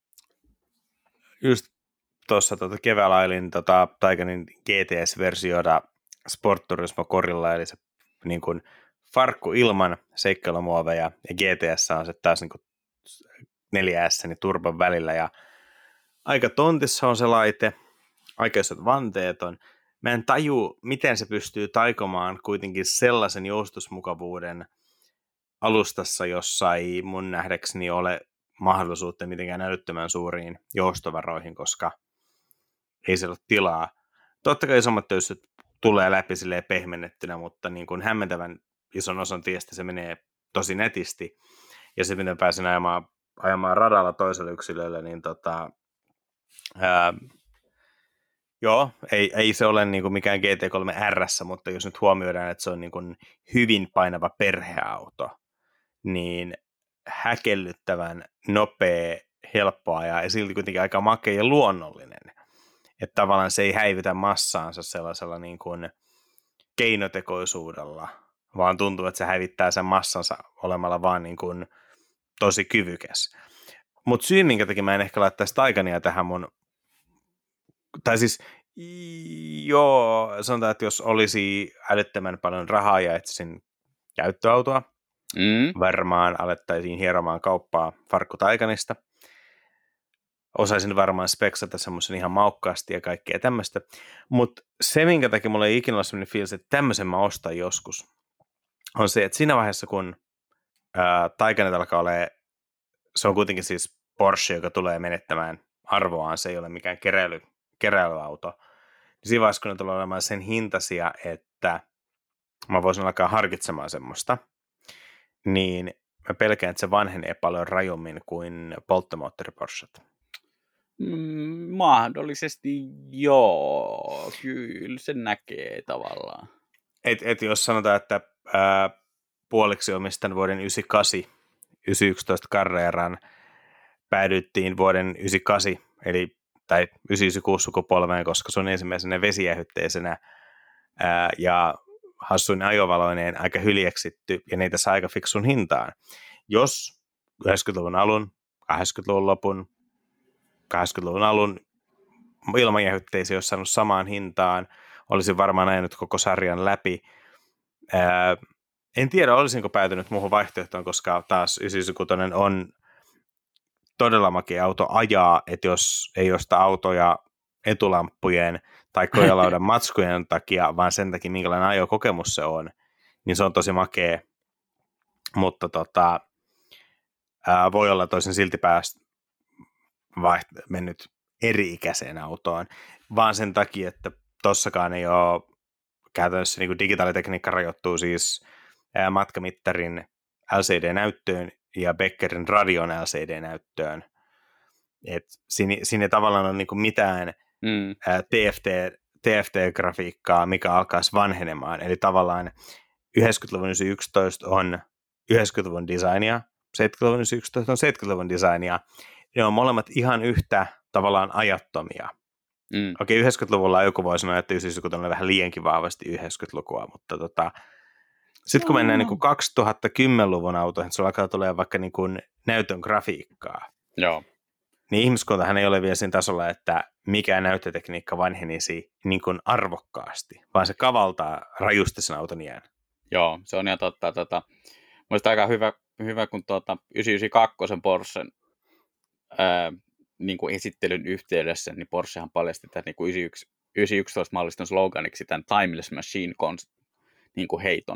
[SPEAKER 2] just tuossa tota, keväällä ailin tota, Taycanin G T S-versiota Sport Turismo korilla, eli se niin kuin farkku ilman seikkailumuoveja, ja G T S on se taas niin kuin neljä S niin turban välillä, ja aika tontissa on se laite, aika isot vanteet on. Mä en taju, miten se pystyy taikomaan kuitenkin sellaisen joustusmukavuuden alustassa, jossa ei mun nähdäkseni ole mahdollisuutta mitenkään älyttömän suuriin joustovaroihin, koska ei se ole tilaa. Totta kai isommat töyssyt tulee läpi silleen pehmennettynä, mutta niin kuin hämmentävän ison osan tiestä se menee tosi netisti. Ja se, miten pääsen ajamaan, ajamaan radalla toiselle yksilölle, niin tota, ää, joo, ei, ei se ole niin kuin mikään G T kolme R S, mutta jos nyt huomioidaan, että se on niin kuin hyvin painava perheauto, niin häkellyttävän nopea, helppo ajaa ja silti kuitenkin aika makea ja luonnollinen. Että tavallaan se ei häivytä massaansa sellaisella niin kuin keinotekoisuudella, vaan tuntuu, että se hävittää sen massansa olemalla vaan niin kuin tosi kyvykäs. Mutta syy, minkä takia mä en ehkä laittaisi Taycania tähän mun, tai siis joo, sanotaan, että jos olisi älyttömän paljon rahaa ja etsisin käyttöautoa, mm. varmaan alettaisiin hieromaan kauppaa farkku Taycanista. Osaisin varmaan speksata semmoisen ihan maukkaasti ja kaikkea tämmöistä. Mutta se, minkä takia mulla ei ikinä ole semmoinen fiilis, että tämmöisen mä ostan joskus, on se, että siinä vaiheessa, kun ää, Taycanit alkaa olemaan, se on kuitenkin siis Porsche, joka tulee menettämään arvoaan, se ei ole mikään keräily, keräilyauto. Niin siinä vaiheessa, kun ne tulee olemaan sen hintaisia, että mä voisin alkaa harkitsemaan semmoista, niin mä pelkään, että se vanhenee paljon rajummin kuin polttomoottoriporschat.
[SPEAKER 1] Mm, mahdollisesti joo, kyllä se näkee tavallaan.
[SPEAKER 2] Et, et jos sanotaan, että ää, puoliksi omistan vuoden yhdeksänkymmentäkahdeksan yhdeksänsataayksitoista Carreran, päädyttiin vuoden yhdeksänkymmentäkahdeksan, eli, tai yhdeksänsataayhdeksänkymmentäkuusi sukupolveen, koska se on ensimmäisenä vesijähytteisenä ää, ja hassuin ajovaloineen aika hyljeksitty, ja niitä saa aika fiksun hintaan. Jos yhdeksänkymmentäluvun alun, kahdeksankymmentäluvun lopun, kahdeksankymmentäluvun alun ilmajähytteisiä olisi saanut samaan hintaan, olisin varmaan ajanut koko sarjan läpi. Ää, en tiedä, olisinko päätynyt muuhun vaihtoehtoon, koska taas yhdeksänsataayhdeksänkymmentäkuusi on todella makea auto ajaa, että jos ei osta autoja etulamppujen tai kojalaudan matskujen takia, vaan sen takia, minkälainen ajokokemus se on, niin se on tosi makea. Mutta tota, ää, voi olla toisin silti päästä vaiht- mennyt eri-ikäiseen autoon, vaan sen takia, että tossakaan ei ole käytännössä niin kuin digitaalitekniikka rajoittuu siis ää, matkamittarin L C D-näyttöön ja Beckerin radion L C D-näyttöön. Et siinä, siinä ei tavallaan ole niin kuin mitään
[SPEAKER 1] Mm.
[SPEAKER 2] ää, T F T, T F T-grafiikkaa, mikä alkaisi vanhenemaan. Eli tavallaan yhdeksänkymmentäluvun yhdeksänsataayksitoista on yhdeksänkymmentäluvun designia, seitsemänkymmentäluvun yhdeksänsataayksitoista on seitsemänkymmentäluvun designia. Ne on molemmat ihan yhtä tavallaan ajattomia.
[SPEAKER 1] Mm.
[SPEAKER 2] Okei, yhdeksänkymmentäluvulla joku voi sanoa, että yhdeksänkymmentä on vähän liiankin vahvasti yhdeksänkymmentälukua, mutta tota, sitten kun mennään niin kuin kaksituhattakymmenluvun autoihin, sulla alkaa tulee vaikka niin kuin näytön grafiikkaa,
[SPEAKER 1] Joo.
[SPEAKER 2] niin ihmiskuntahan ei ole vielä siinä tasolla, että mikään näyttötekniikka vanhenisi niin kuin arvokkaasti, vaan se kavaltaa rajusti sen auton iän.
[SPEAKER 1] Joo, se on ihan totta. Tota, Mielestäni aika hyvä, hyvä kun tuota yhdeksänsataayhdeksänkymmentäkaksi Porschen ää, niin kuin esittelyn yhteydessä, niin Porschehan paljasti tämän niin kuin yhdeksänsataayksitoista malliston sloganiksi tämän Timeless Machine niin kuin heiton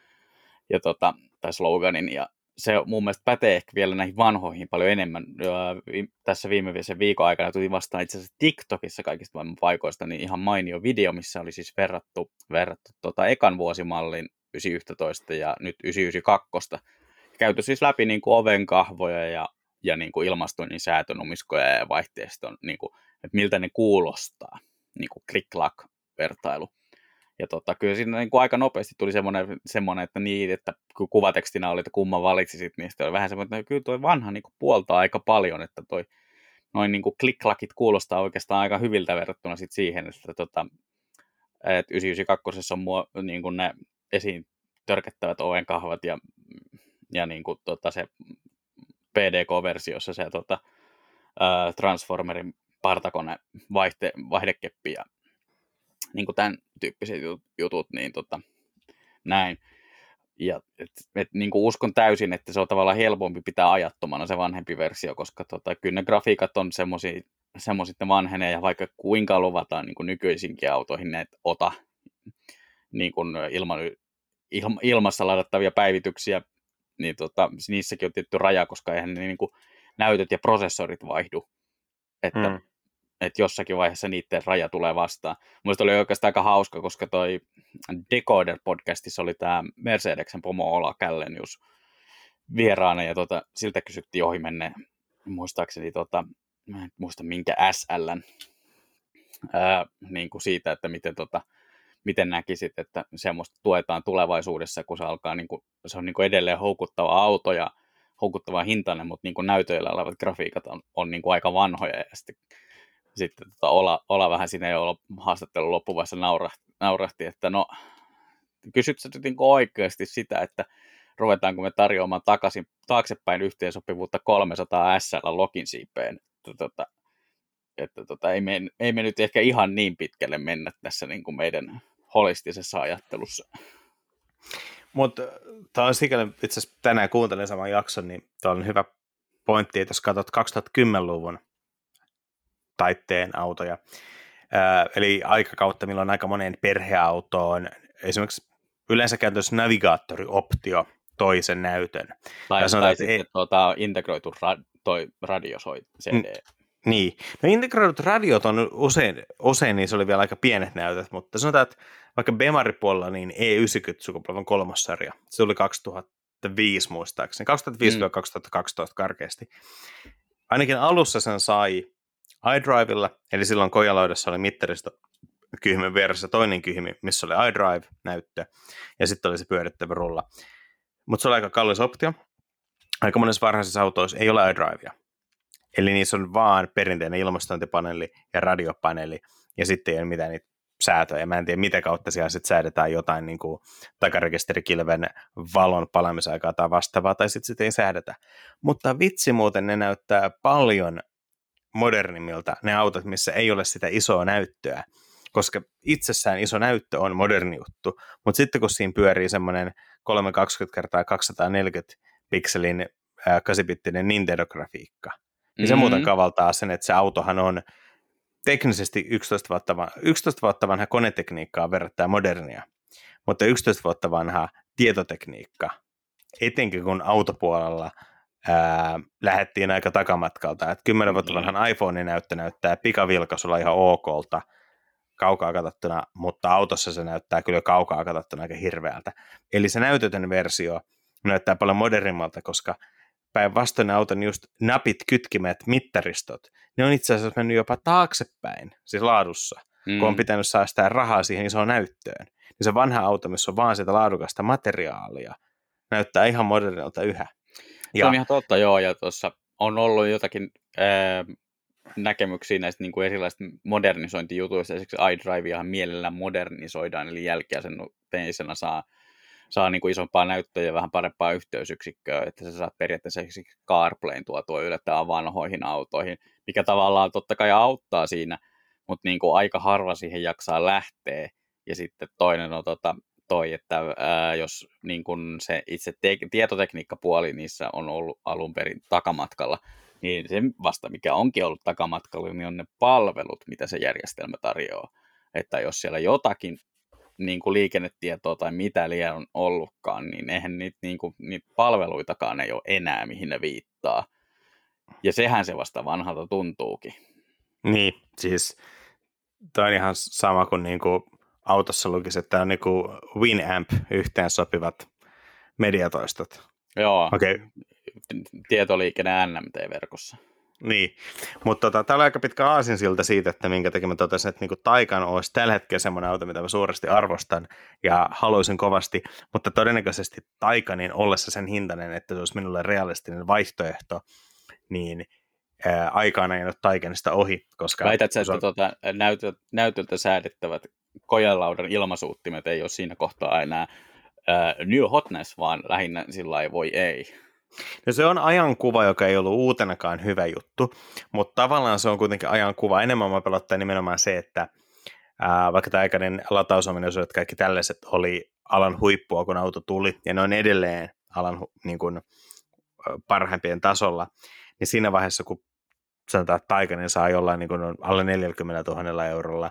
[SPEAKER 1] ja tota, tai sloganin, ja se mun mielestä pätee ehkä vielä näihin vanhoihin paljon enemmän. Tässä viime viikon aikana tuli vastaan itse asiassa TikTokissa kaikista maailman paikoista niin ihan mainio video, missä oli siis verrattu, verrattu tota ekan vuosimallin yhdeksänsataayksitoista ja nyt yhdeksänsataayhdeksänkymmentäkaksi. Käyty siis läpi niin kuin ovenkahvoja ja, ja niin kuin ilmastoinnin säätönumiskoja ja vaihteiston, niin kuin, että miltä ne kuulostaa, niin kuin click-clack-vertailu. Ja tota, kyllä siinä niin kuin aika nopeasti tuli semmoinen, semmoinen, että niin, että kun kuvatekstinä oli, että kumman valitsisit, niin sitten oli vähän semmoinen, että kyllä toi vanha niin kuin puoltaa aika paljon, että toi noin niin kuin click-clackit kuulostaa oikeastaan aika hyviltä verrattuna sit siihen, että, tota, että yhdeksänsataayhdeksänkymmentäkaksi on mua, niin kuin ne esiin törkettävät ovenkahvat ja, ja niin kuin, tota, se P D K-versiossa se tota, ää, Transformerin partakone vaihte, vaihdekeppi ja niin kuin tämän tyyppiset jutut, niin tota, näin. Ja et, et, niin kuin uskon täysin, että se on tavallaan helpompi pitää ajattomana se vanhempi versio, koska tota, kyllä ne grafiikat on semmoiset, ne vanhenee, ja vaikka kuinka luvataan niin kuin nykyisinkin autoihin ne et ota niin kuin ilman, ilma, ilmassa ladattavia päivityksiä, niin tota, niissäkin on tietty raja, koska eihän ne niin kuin näytöt ja prosessorit vaihdu. Että mm. että jossakin vaiheessa niiden raja tulee vastaan. Mielestäni oli oikeastaan aika hauska, koska toi Decoder-podcastissa oli tämä Mercedesen pomo Ola Källenius vieraana, ja tota, siltä kysyttiin ohi menneen, muistaakseni, tota, mä en muista minkä S L:n, ää, niin kuin siitä, että miten, tota, miten näkisit, että semmoista tuetaan tulevaisuudessa, kun se alkaa, niin kuin, se on niin kuin edelleen houkuttava auto ja houkuttava hintainen, mutta niin kuin näytöillä olevat grafiikat on, on niin kuin aika vanhoja, ja sitten Sitten tota, Ola, Ola vähän siinä jo haastattelun loppuvaiheessa naurahti, naurahti, että no, kysyt sä nyt oikeasti sitä, että ruvetaanko me tarjoamaan takaisin, taaksepäin yhteensopivuutta kolmesataa S L Lokin siipeen, että, tota, että tota, ei, me, ei me nyt ehkä ihan niin pitkälle mennä tässä niin kuin meidän holistisessa ajattelussa.
[SPEAKER 2] Mutta tämä on sikäli, itse asiassa tänään kuuntelin saman jakson, niin tämä on hyvä pointti, että jos katsot kaksituhattakymmenluvun taitteen autoja. Ää, eli aikakautta, milloin aika moneen perheautoon, esimerkiksi yleensä käytössä navigaattorioptio toi sen näytön.
[SPEAKER 1] Tai, tai sanotaan, sitten ei... tuota, integroitu ra- toi radio soi C D.
[SPEAKER 2] Niin. No integroidut radiot on usein, usein niissä oli vielä aika pienet näytöt, mutta sanotaan, että vaikka Bemari-puolella niin E yhdeksänkymmentä-sukupolven kolmossarja, se oli kaksituhattaviisi muistaakseni, kaksituhattaviisi–kaksituhattakaksitoista karkeasti. Ainakin alussa sen sai iDrivella, eli silloin kojaloidessa oli mittaristo kyhmyn vieressä toinen kyhmi, missä oli iDrive-näyttö, ja sitten oli se pyörittävä rulla. Mutta se oli aika kallis optio. Aika monessa varhaisessa autoissa ei ole iDrivea. Eli niissä on vaan perinteinen ilmastointipaneeli ja radiopaneeli, ja sitten ei ole mitään niitä säätöjä. Mä en tiedä, mitä kautta siellä sitten säädetään jotain niin kuin takarekisterikilven valon palamisaikaa tai vastaavaa, tai sitten sit ei säädetä. Mutta vitsi muuten ne näyttää paljon modernimmilta ne autot, missä ei ole sitä isoa näyttöä, koska itsessään iso näyttö on moderni juttu, mutta sitten kun siinä pyörii semmoinen kolmesataakaksikymmentä kertaa kaksisataaneljäkymmentä pikselin kahdeksan-bittinen Nintendo-grafiikka, niin se mm-hmm. muuten kavaltaa sen, että se autohan on teknisesti yksitoista vuotta, vanha, yksitoista vuotta vanha konetekniikkaa verrattuna modernia, mutta yksitoista vuotta vanha tietotekniikka, etenkin kun autopuolella ää, lähdettiin aika takamatkalta, että kymmenen vuotta vanhan iPhone näyttö näyttää pikavilkaisulla ihan okolta kaukaa katsottuna, mutta autossa se näyttää kyllä kaukaa katsottuna aika hirveältä. Eli se näytötön versio näyttää paljon modernimmalta, koska päinvastoin auton just napit, kytkimet, mittaristot, ne on itse asiassa mennyt jopa taaksepäin, siis laadussa, mm. kun on pitänyt säästää rahaa siihen isoon näyttöön. Niin se vanha auto, missä on vaan sitä laadukasta materiaalia, näyttää ihan modernilta yhä.
[SPEAKER 1] Ja... Se on ihan totta, joo, ja tuossa on ollut jotakin ää, näkemyksiä näistä niin kuin erilaisista modernisointijutuista, esimerkiksi iDriveahan mielellään modernisoidaan, eli jälkiasennutteisena saa saa niin kuin isompaa näyttöä ja vähän parempaa yhteysyksikköä, että se saa periaatteessa esimerkiksi CarPlayn tuotua yllättävän vanhoihin autoihin, mikä tavallaan totta kai auttaa siinä, mutta niin kuin aika harva siihen jaksaa lähteä. Ja sitten toinen on tota, toi, että ää, jos niin kuin se itse te- tietotekniikkapuoli niissä on ollut alun perin takamatkalla, niin se vasta mikä onkin ollut takamatkalla, niin on ne palvelut, mitä se järjestelmä tarjoaa. Että jos siellä jotakin niin kuin liikennetietoa tai mitä liian on ollutkaan, niin eihän niitä, niin kuin, niitä palveluitakaan ei ole enää, mihin ne viittaa. Ja sehän se vasta vanhalta tuntuukin.
[SPEAKER 2] Niin, siis tämä on ihan sama kuin, niin kuin autossa lukisi, että tämä on niin kuin Winamp yhteen sopivat mediatoistot.
[SPEAKER 1] Joo,
[SPEAKER 2] okay.
[SPEAKER 1] Tietoliikenne N M T-verkossa.
[SPEAKER 2] Niin, mutta tota, tämä oli aika pitkä aasinsilta siitä, että minkä takia mä totesin, että niinku Taycan olisi tällä hetkellä semmoinen auto, mitä mä suuresti arvostan ja haluaisin kovasti, mutta todennäköisesti Taycanin ollessa sen hintainen, että se olisi minulle realistinen vaihtoehto, niin ää, aikaan ei ole Taycanista ohi. Koska
[SPEAKER 1] väität sä, että
[SPEAKER 2] on...
[SPEAKER 1] tuota, näytö, näytöltä säädettävät kojelaudan ilmasuuttimet ei ole siinä kohtaa enää ää, new hotness, vaan lähinnä sillä ei voi ei.
[SPEAKER 2] No se on ajankuva, joka ei ollut uutenakaan hyvä juttu, mutta tavallaan se on kuitenkin ajankuva. Enemmän mä pelottaa nimenomaan se, että ää, vaikka tämä aikainen latausominaisuudet, kaikki tällaiset oli alan huippua, kun auto tuli, ja ne on edelleen alan niin kuin, parhaimpien tasolla, niin siinä vaiheessa, kun sanotaan, että Taycanin saa jollain niin kuin alle neljäkymmentätuhatta eurolla,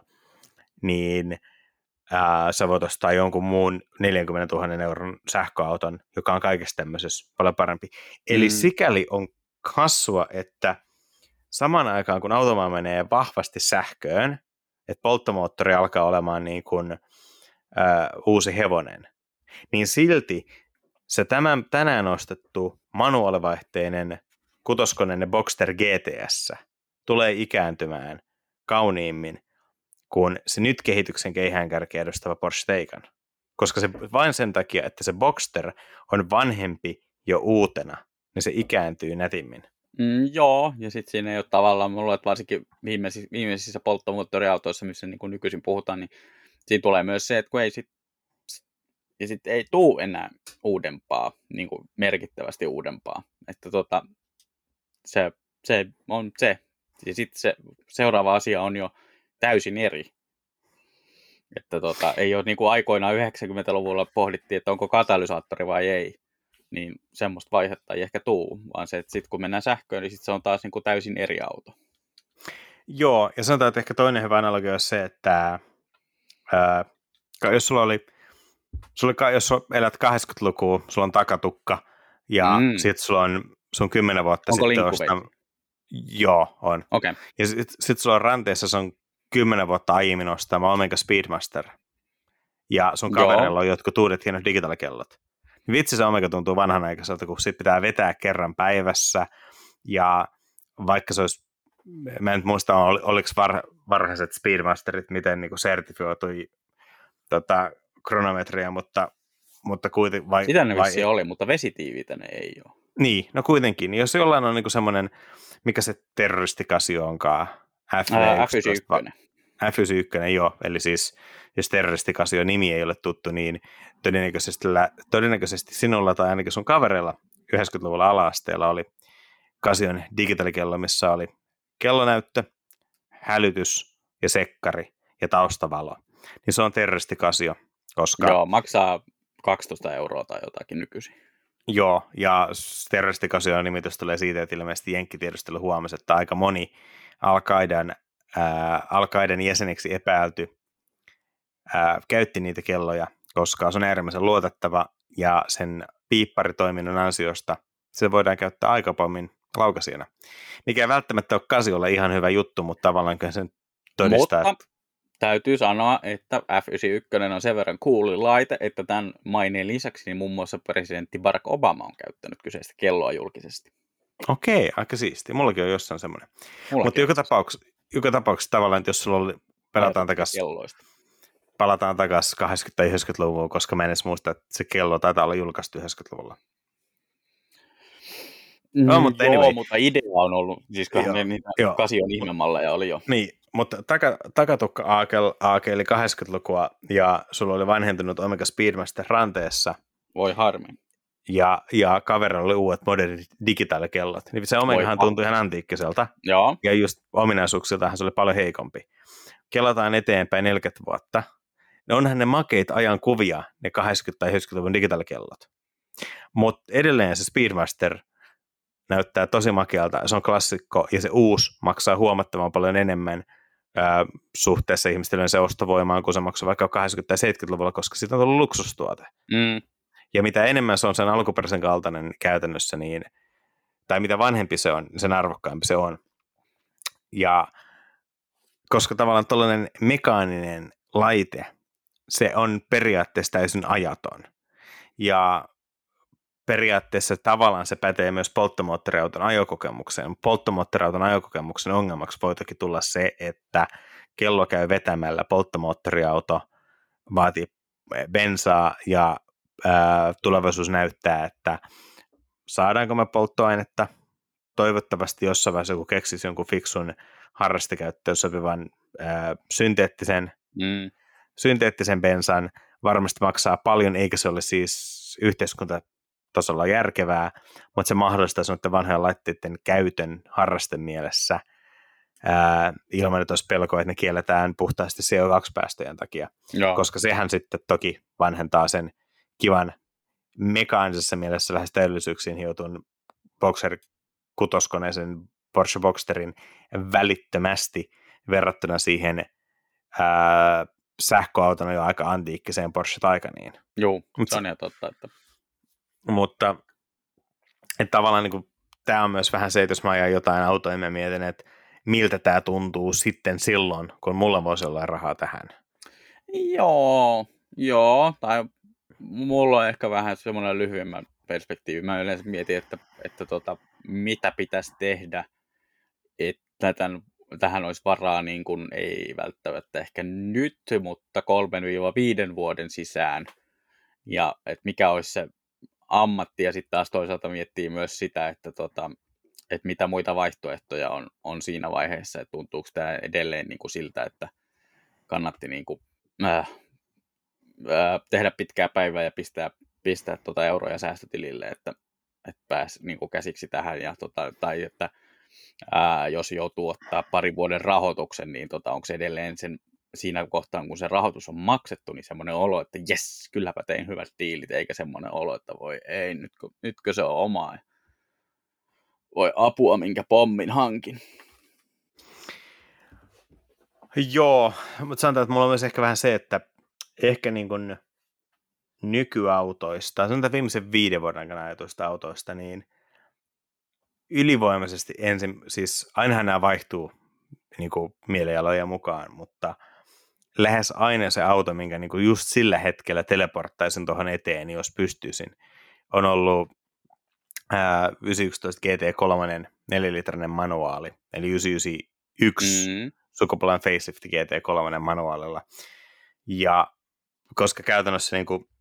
[SPEAKER 2] niin ää, sä voit ostaa jonkun muun neljäkymmentätuhatta euron sähköauton, joka on kaikessa tämmöisessä paljon parempi. Eli mm. sikäli on kassua, että samaan aikaan kun automaa menee vahvasti sähköön, että polttomoottori alkaa olemaan niin kuin ää, uusi hevonen, niin silti se tämän, tänään ostettu manuaalivaihteinen kutoskoneinen Boxster G T S tulee ikääntymään kauniimmin kuin se nyt kehityksen keihäänkärkeä edustava Porsche Taycan. Koska se vain sen takia, että se Boxster on vanhempi jo uutena, niin se ikääntyy nätimmin.
[SPEAKER 1] Mm, joo, ja sitten siinä ei ole tavallaan, mulla että varsinkin viimeisissä, viimeisissä polttomoottoriautoissa, missä niin kuin nykyisin puhutaan, niin siinä tulee myös se, että kun ei sit, ja sit ei tule enää uudempaa, niin kuin merkittävästi uudempaa. Että tota, se, se on se. Ja sitten se seuraava asia on jo täysin eri. Että tota, ei ole niin kuin aikoinaan yhdeksänkymmentäluvulla pohdittiin, että onko katalysaattori vai ei. Niin semmoista vaihetta ei ehkä tuu, vaan se, että sitten kun mennään sähköön, niin sit se on taas niin kuin täysin eri auto.
[SPEAKER 2] Joo, ja sanotaan, että ehkä toinen hyvä analogia on se, että ää, jos sulla oli, sulla, jos elät kahdeksankymmentälukua, sulla on takatukka, ja mm. sitten sulla on sun kymmenen vuotta
[SPEAKER 1] onko
[SPEAKER 2] sitten ostaa... Joo, on.
[SPEAKER 1] Okei. Okay.
[SPEAKER 2] Ja sitten sit sulla on ranteessa, se on kymmenen vuotta aiemmin ostama Omega Speedmaster. Ja sun kaverilla on jotkut uudet hienot digitaalikellot. Vitsi se Omega tuntuu vanhanaikaiselta, kun sit pitää vetää kerran päivässä. Ja vaikka se olisi, mä en muista, ol, oliko var, varhaiset Speedmasterit miten niin sertifioitui tota, kronometria, mutta, mutta kuitenkin... Vai,
[SPEAKER 1] sitä ne vissiin oli, mutta vesitiiviitä ne ei ole.
[SPEAKER 2] Niin, no kuitenkin. Jos jollain on niin semmoinen, mikä se terroristikasio onkaan? F yhdeksänkymmentäyksi. F yhdeksänkymmentäyksi, joo. Eli siis, jos terroristikasio nimi ei ole tuttu, niin todennäköisesti, todennäköisesti sinulla tai ainakin sun kavereilla yhdeksänkymmentäluvulla ala-asteella oli kasion digitaalikello, missä oli kellonäyttö, hälytys ja sekkari ja taustavalo. Niin se on terroristikasio, koska...
[SPEAKER 1] Joo, maksaa kaksitoista euroa tai jotakin nykyisin.
[SPEAKER 2] Joo, ja terroristikasio nimitys tulee siitä, että ilmeisesti jenkkitiedustelu huomasi, että aika moni Al-Qaidan, ää, Al-Qaidan jäseneksi epäilty ää, käytti niitä kelloja, koska se on äärimmäisen luotettava ja sen piipparitoiminnon ansiosta se voidaan käyttää aikapommin laukasijana. Mikä ei välttämättä ole kasiolla ihan hyvä juttu, mutta tavallaan kyllä sen todistaa.
[SPEAKER 1] Mutta
[SPEAKER 2] että...
[SPEAKER 1] täytyy sanoa, että F yhdeksänkymmentäyksi on sen verran cooli laite, että tämän maineen lisäksi niin muun muassa presidentti Barack Obama on käyttänyt kyseistä kelloa julkisesti. Okei,
[SPEAKER 2] aika siisti. Mullakin on jossain semmoinen. Mutta joka tapauksessa, joka tapauksessa tavallaan, että jos sulla oli, pelataan takaisin, palataan takaisin kahdeksankymmentä- tai yhdeksänkymmentäluvulla, koska mä en edes muista, että se kello taitaa olla julkaistu yhdeksänkymmentäluvulla.
[SPEAKER 1] No, mutta joo, anyway. Mutta idea on ollut, siis kun ne niitä kasion ihmemalleja oli jo.
[SPEAKER 2] Niin, mutta taka, takatukka aake eli kahdeksankymmentälukua ja sulla oli vanhentunut Omega Speedmaster ranteessa.
[SPEAKER 1] Voi harmi.
[SPEAKER 2] Ja, ja kaverilla oli uudet modernit digitaalikellot. Niin se Omegahan tuntui ihan antiikkiselta.
[SPEAKER 1] Joo.
[SPEAKER 2] Ja just ominaisuuksiltahan se oli paljon heikompi. Kelataan eteenpäin neljäkymmentä vuotta. Ne onhan ne makeit ajan kuvia, ne kahdeksankymmentä- tai yhdeksänkymmentäluvun digitaalikellot. Mutta edelleen se Speedmaster näyttää tosi makealta. Se on klassikko ja se uusi maksaa huomattavan paljon enemmän ää, suhteessa ihmisten se ostovoimaan, kun se maksaa vaikka kahdeksankymmentä- tai seitsemänkymmentäluvulla, koska siitä on tullut luksustuote.
[SPEAKER 1] Mm.
[SPEAKER 2] Ja mitä enemmän se on sen alkuperäisen kaltainen käytännössä, niin, tai mitä vanhempi se on, sen arvokkaampi se on. Ja koska tavallaan tällainen mekaaninen laite, se on periaatteessa täysin ajaton. Ja periaatteessa tavallaan se pätee myös polttomoottoriauton ajokokemukseen. Polttomoottoriauton ajokokemuksen ongelmaksi voi toki tulla se, että kello käy vetämällä, polttomoottoriauto vaatii bensaa ja ää, tulevaisuus näyttää, että saadaanko me polttoainetta. Toivottavasti jossain vaiheessa joku keksisi jonkun fiksun harrastekäyttöön sopivan ää, synteettisen, mm. synteettisen bensan. Varmasti maksaa paljon, eikä se ole siis yhteiskuntatasolla järkevää, mutta se mahdollistaa sanotaan vanhojen laitteiden käytön harrastemielessä ää, ilman, että olisi pelkoa, että ne kielletään puhtaasti C O kaksi päästöjen takia, Joo. koska sehän sitten toki vanhentaa sen kivan mekaanisessa mielessä lähes täydellisyyksiin hiotun Boxer kutoskoneisen Porsche Boxsterin välittömästi verrattuna siihen ää, sähköautona jo aika antiikkiseen Porsche Taycaniin.
[SPEAKER 1] Joo, se on ihan totta. Että...
[SPEAKER 2] Mutta että tavallaan niin kuin, tämä on myös vähän se, että jos mä ajan jotain autoa, mä mietin, että miltä tämä tuntuu sitten silloin, kun mulla voisi olla rahaa tähän.
[SPEAKER 1] Joo, joo, tai mulla on ehkä vähän semmoinen lyhyemmän perspektiivi. Mä yleensä mietin, että, että tota, mitä pitäisi tehdä, että tämän, tähän olisi varaa, niin kuin ei välttämättä ehkä nyt, mutta kolmen viiden vuoden sisään. Ja että mikä olisi se ammatti, ja sitten taas toisaalta miettii myös sitä, että, tota, että mitä muita vaihtoehtoja on, on siinä vaiheessa, että tuntuuko tämä edelleen niin kuin siltä, että kannatti niin kuin, äh, äh, tehdä pitkää päivää ja pistää, pistää tota euroja säästötilille, että, että pääsi niin kuin käsiksi tähän, ja, tota, tai että ää, jos joutuu ottaa parin vuoden rahoituksen, niin tota, onko se edelleen sen, siinä kohtaa, kun se rahoitus on maksettu, niin semmoinen olo, että jes, kylläpä tein hyvät diilit, eikä semmoinen olo, että voi ei, nytkö, nytkö se on omaa, voi apua, minkä pommin hankin.
[SPEAKER 2] Joo, mutta sanotaan, että mulla on myös ehkä vähän se, että ehkä niin kuin nykyautoista, sanotaan viimeisen viiden vuoden aikana ajatuista autoista, niin ylivoimaisesti ensin, siis ainahan nämä vaihtuu niin kuin mielialojen mukaan, mutta lähes aina se auto, minkä niin kuin just sillä hetkellä teleporttaisin tuohon eteen, jos pystyisin, on ollut ää, yhdeksänsataayksitoista G T kolme neljälitrainen manuaali, eli yhdeksänsataayhdeksänkymmentäyksi mm. sukupolven facelift G T kolme manuaalilla. Ja koska käytännössä niin kuin,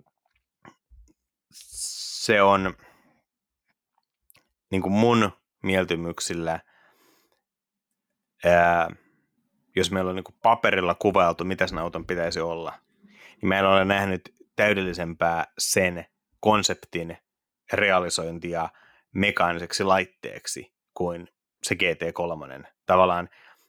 [SPEAKER 2] se on niin kuin mun mieltymyksillä, ää, jos meillä on niin kuin paperilla kuvailtu, mitä sen auton pitäisi olla, niin mä en ole nähnyt täydellisempää sen konseptin realisointia mekaaniseksi laitteeksi kuin se G T kolme. Tavallaan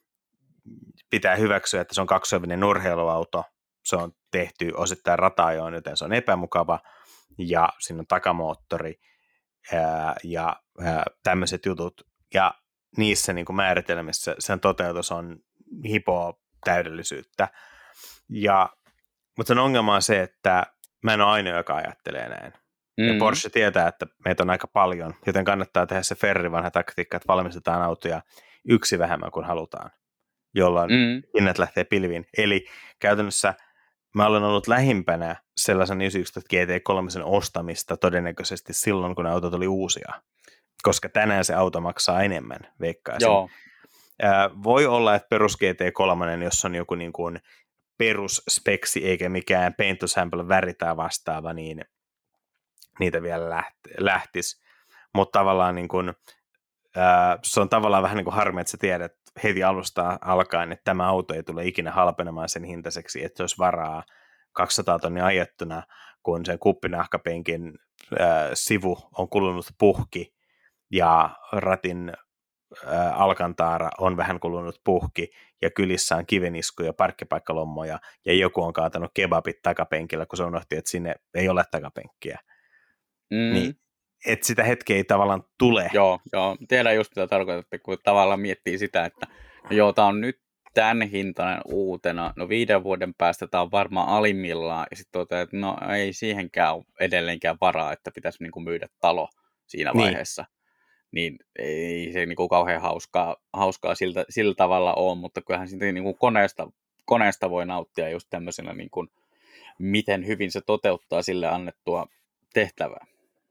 [SPEAKER 2] pitää hyväksyä, että se on kaksisovinen urheiluauto, se on tehty osittain rataajoon, joten se on epämukava, ja siinä on takamoottori ää, ja ää, tämmöiset jutut, ja niissä niin kuin määritelmissä sen toteutus on hipoa täydellisyyttä. Ja, mutta sen ongelma on se, että mä en ole ainoa, joka ajattelee näin. Mm. Ja Porsche tietää, että meitä on aika paljon, joten kannattaa tehdä se Ferri vanha taktiikka, että valmistetaan autoja yksi vähemmän kuin halutaan, jolloin mm. hinnat lähtee pilviin. Eli käytännössä mä olen ollut lähimpänä sellaisen yhdeksänsataayksitoista G T kolme ostamista todennäköisesti silloin, kun autot oli uusia, koska tänään se auto maksaa enemmän, veikkaisin.
[SPEAKER 1] Joo.
[SPEAKER 2] Äh, voi olla, että perus G T kolme, jos on joku niin kuin perusspeksi eikä mikään paint to sample väri tai vastaava, niin niitä vielä lähtisi. Mutta tavallaan niin kuin, äh, se on tavallaan vähän niin kuin harmi, että sä tiedät heti alusta alkaen, että tämä auto ei tule ikinä halpenemaan sen hintaiseksi, että se olisi varaa kaksisataa tonnia ajettuna, kun sen kuppinahkapenkin äh, sivu on kulunut puhki ja ratin äh, alkantaara on vähän kulunut puhki ja kylissä on kiveniskuja ja parkkipaikkalommoja ja joku on kaatanut kebabit takapenkillä, kun se unohti, että sinne ei ole takapenkkiä. Mm. Niin, että sitä hetkeä ei tavallaan tule.
[SPEAKER 1] Joo, joo. Tiedän just mitä tarkoitatte, kun tavallaan miettii sitä, että no joo, tämä on nyt tämän hintainen uutena, no viiden vuoden päästä tämä on varmaan alimmillaan, ja sitten toteaa, että no ei siihenkään ole edelleenkään varaa, että pitäisi niinku myydä talo siinä vaiheessa. Niin, niin ei se niinku kauhean hauskaa, hauskaa siltä, sillä tavalla ole, mutta kyllähän siitä niinku koneesta, koneesta voi nauttia just tämmöisenä, niinku, miten hyvin se toteuttaa sille annettua tehtävää.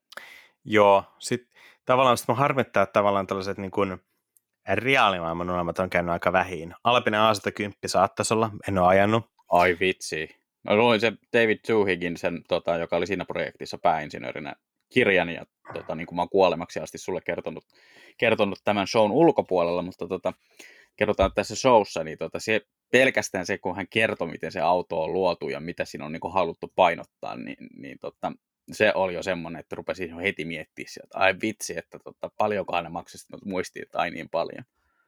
[SPEAKER 2] Joo, sitten tavallaan sit mun harmittaa, että tavallaan tällaiset niin kuin reaalimaailman unelmat on käynyt aika vähin. Alpine A sata kymmenen saattaisi olla, en ole ajanut.
[SPEAKER 1] Ai vitsi. Mä luin se David Zuhigginsen, tota, joka oli siinä projektissa pääinsinöörinä, kirjan, ja tota, niin kuin mä oon kuolemaksi asti sulle kertonut, kertonut tämän shown ulkopuolella, mutta tota, kerrotaan tässä showssa, niin tota, se, pelkästään se, kun hän kertoi, miten se auto on luotu ja mitä siinä on niin kuin haluttu painottaa, niin, niin tota, se oli jo semmoinen, että rupesin heti miettimään sieltä, ai vitsi, että tota, paljonkohan ne maksaisi, mutta muistiin, että ai niin paljon.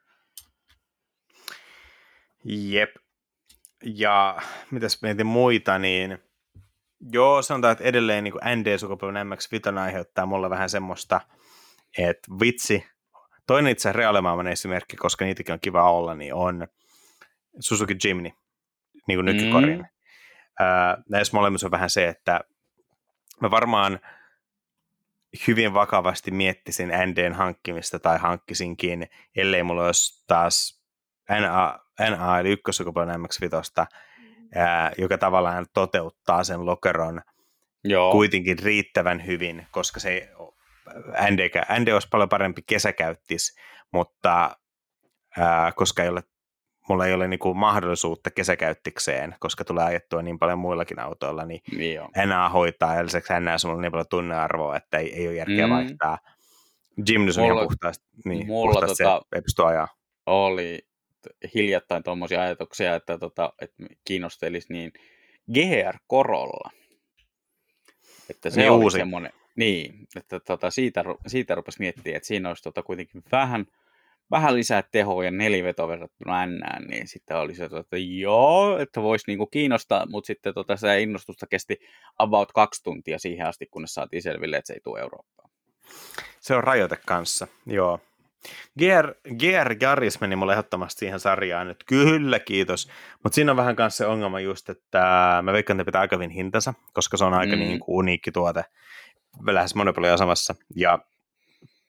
[SPEAKER 2] Jep. Ja mitäs mietin muita, niin joo, sanotaan, että edelleen niin kuin N D-sukupolven M X viisi aiheuttaa mulle vähän semmoista, että vitsi, toinen itse reaalimaailman esimerkki, koska niitäkin on kiva olla, niin on Suzuki Jimny, niin kuin nykykorin. Mm. Äh, näissä molemmissa on vähän se, että mä varmaan hyvin vakavasti miettisin N D:n hankkimista tai hankkisinkin, ellei mulla olisi taas N A, N A eli ykkössukupolven M X viisi, ää, joka tavallaan toteuttaa sen lokeron Joo. kuitenkin riittävän hyvin, koska se N D, N D olisi paljon parempi kesäkäyttis, mutta ää, koska ei ole, mulla ei ole niinku mahdollisuutta kesäkäyttikseen, koska tulee ajettua niin paljon muillakin autoilla, niin, niin N A hoitaa, ja lisäksi N A on niin paljon tunnearvoa, että ei, ei ole järkeä mm. vaihtaa. Jimnys on ihan puhtaasti, niin, puhtaasti tota, se ei pysty ajaa.
[SPEAKER 1] Oli hiljattain tuommoisia ajatuksia, että, tota, että kiinnostelisi niin G R Corolla. Että se niin oli uusi. Semmoinen, niin, että tota, siitä, siitä rupesi miettimään, että siinä olisi tota, kuitenkin vähän, vähän lisää tehoa ja nelivetoa verrattuna N:ään, niin sitten oli se, että joo, että voisi niinku kiinnostaa, mutta sitten tota, se innostusta kesti about kaksi tuntia siihen asti, kunnes saatiin selville, että se ei tule Eurooppaan.
[SPEAKER 2] Se on rajoite kanssa, joo. G R, G R Yaris meni mulle ehdottomasti siihen sarjaan nyt, kyllä kiitos, mutta siinä on vähän kanssa se ongelma just, että mä veikkaan, että pitää aika hyvin hintansa, koska se on aika mm. niin kuin uniikki tuote, lähes monopolia samassa, ja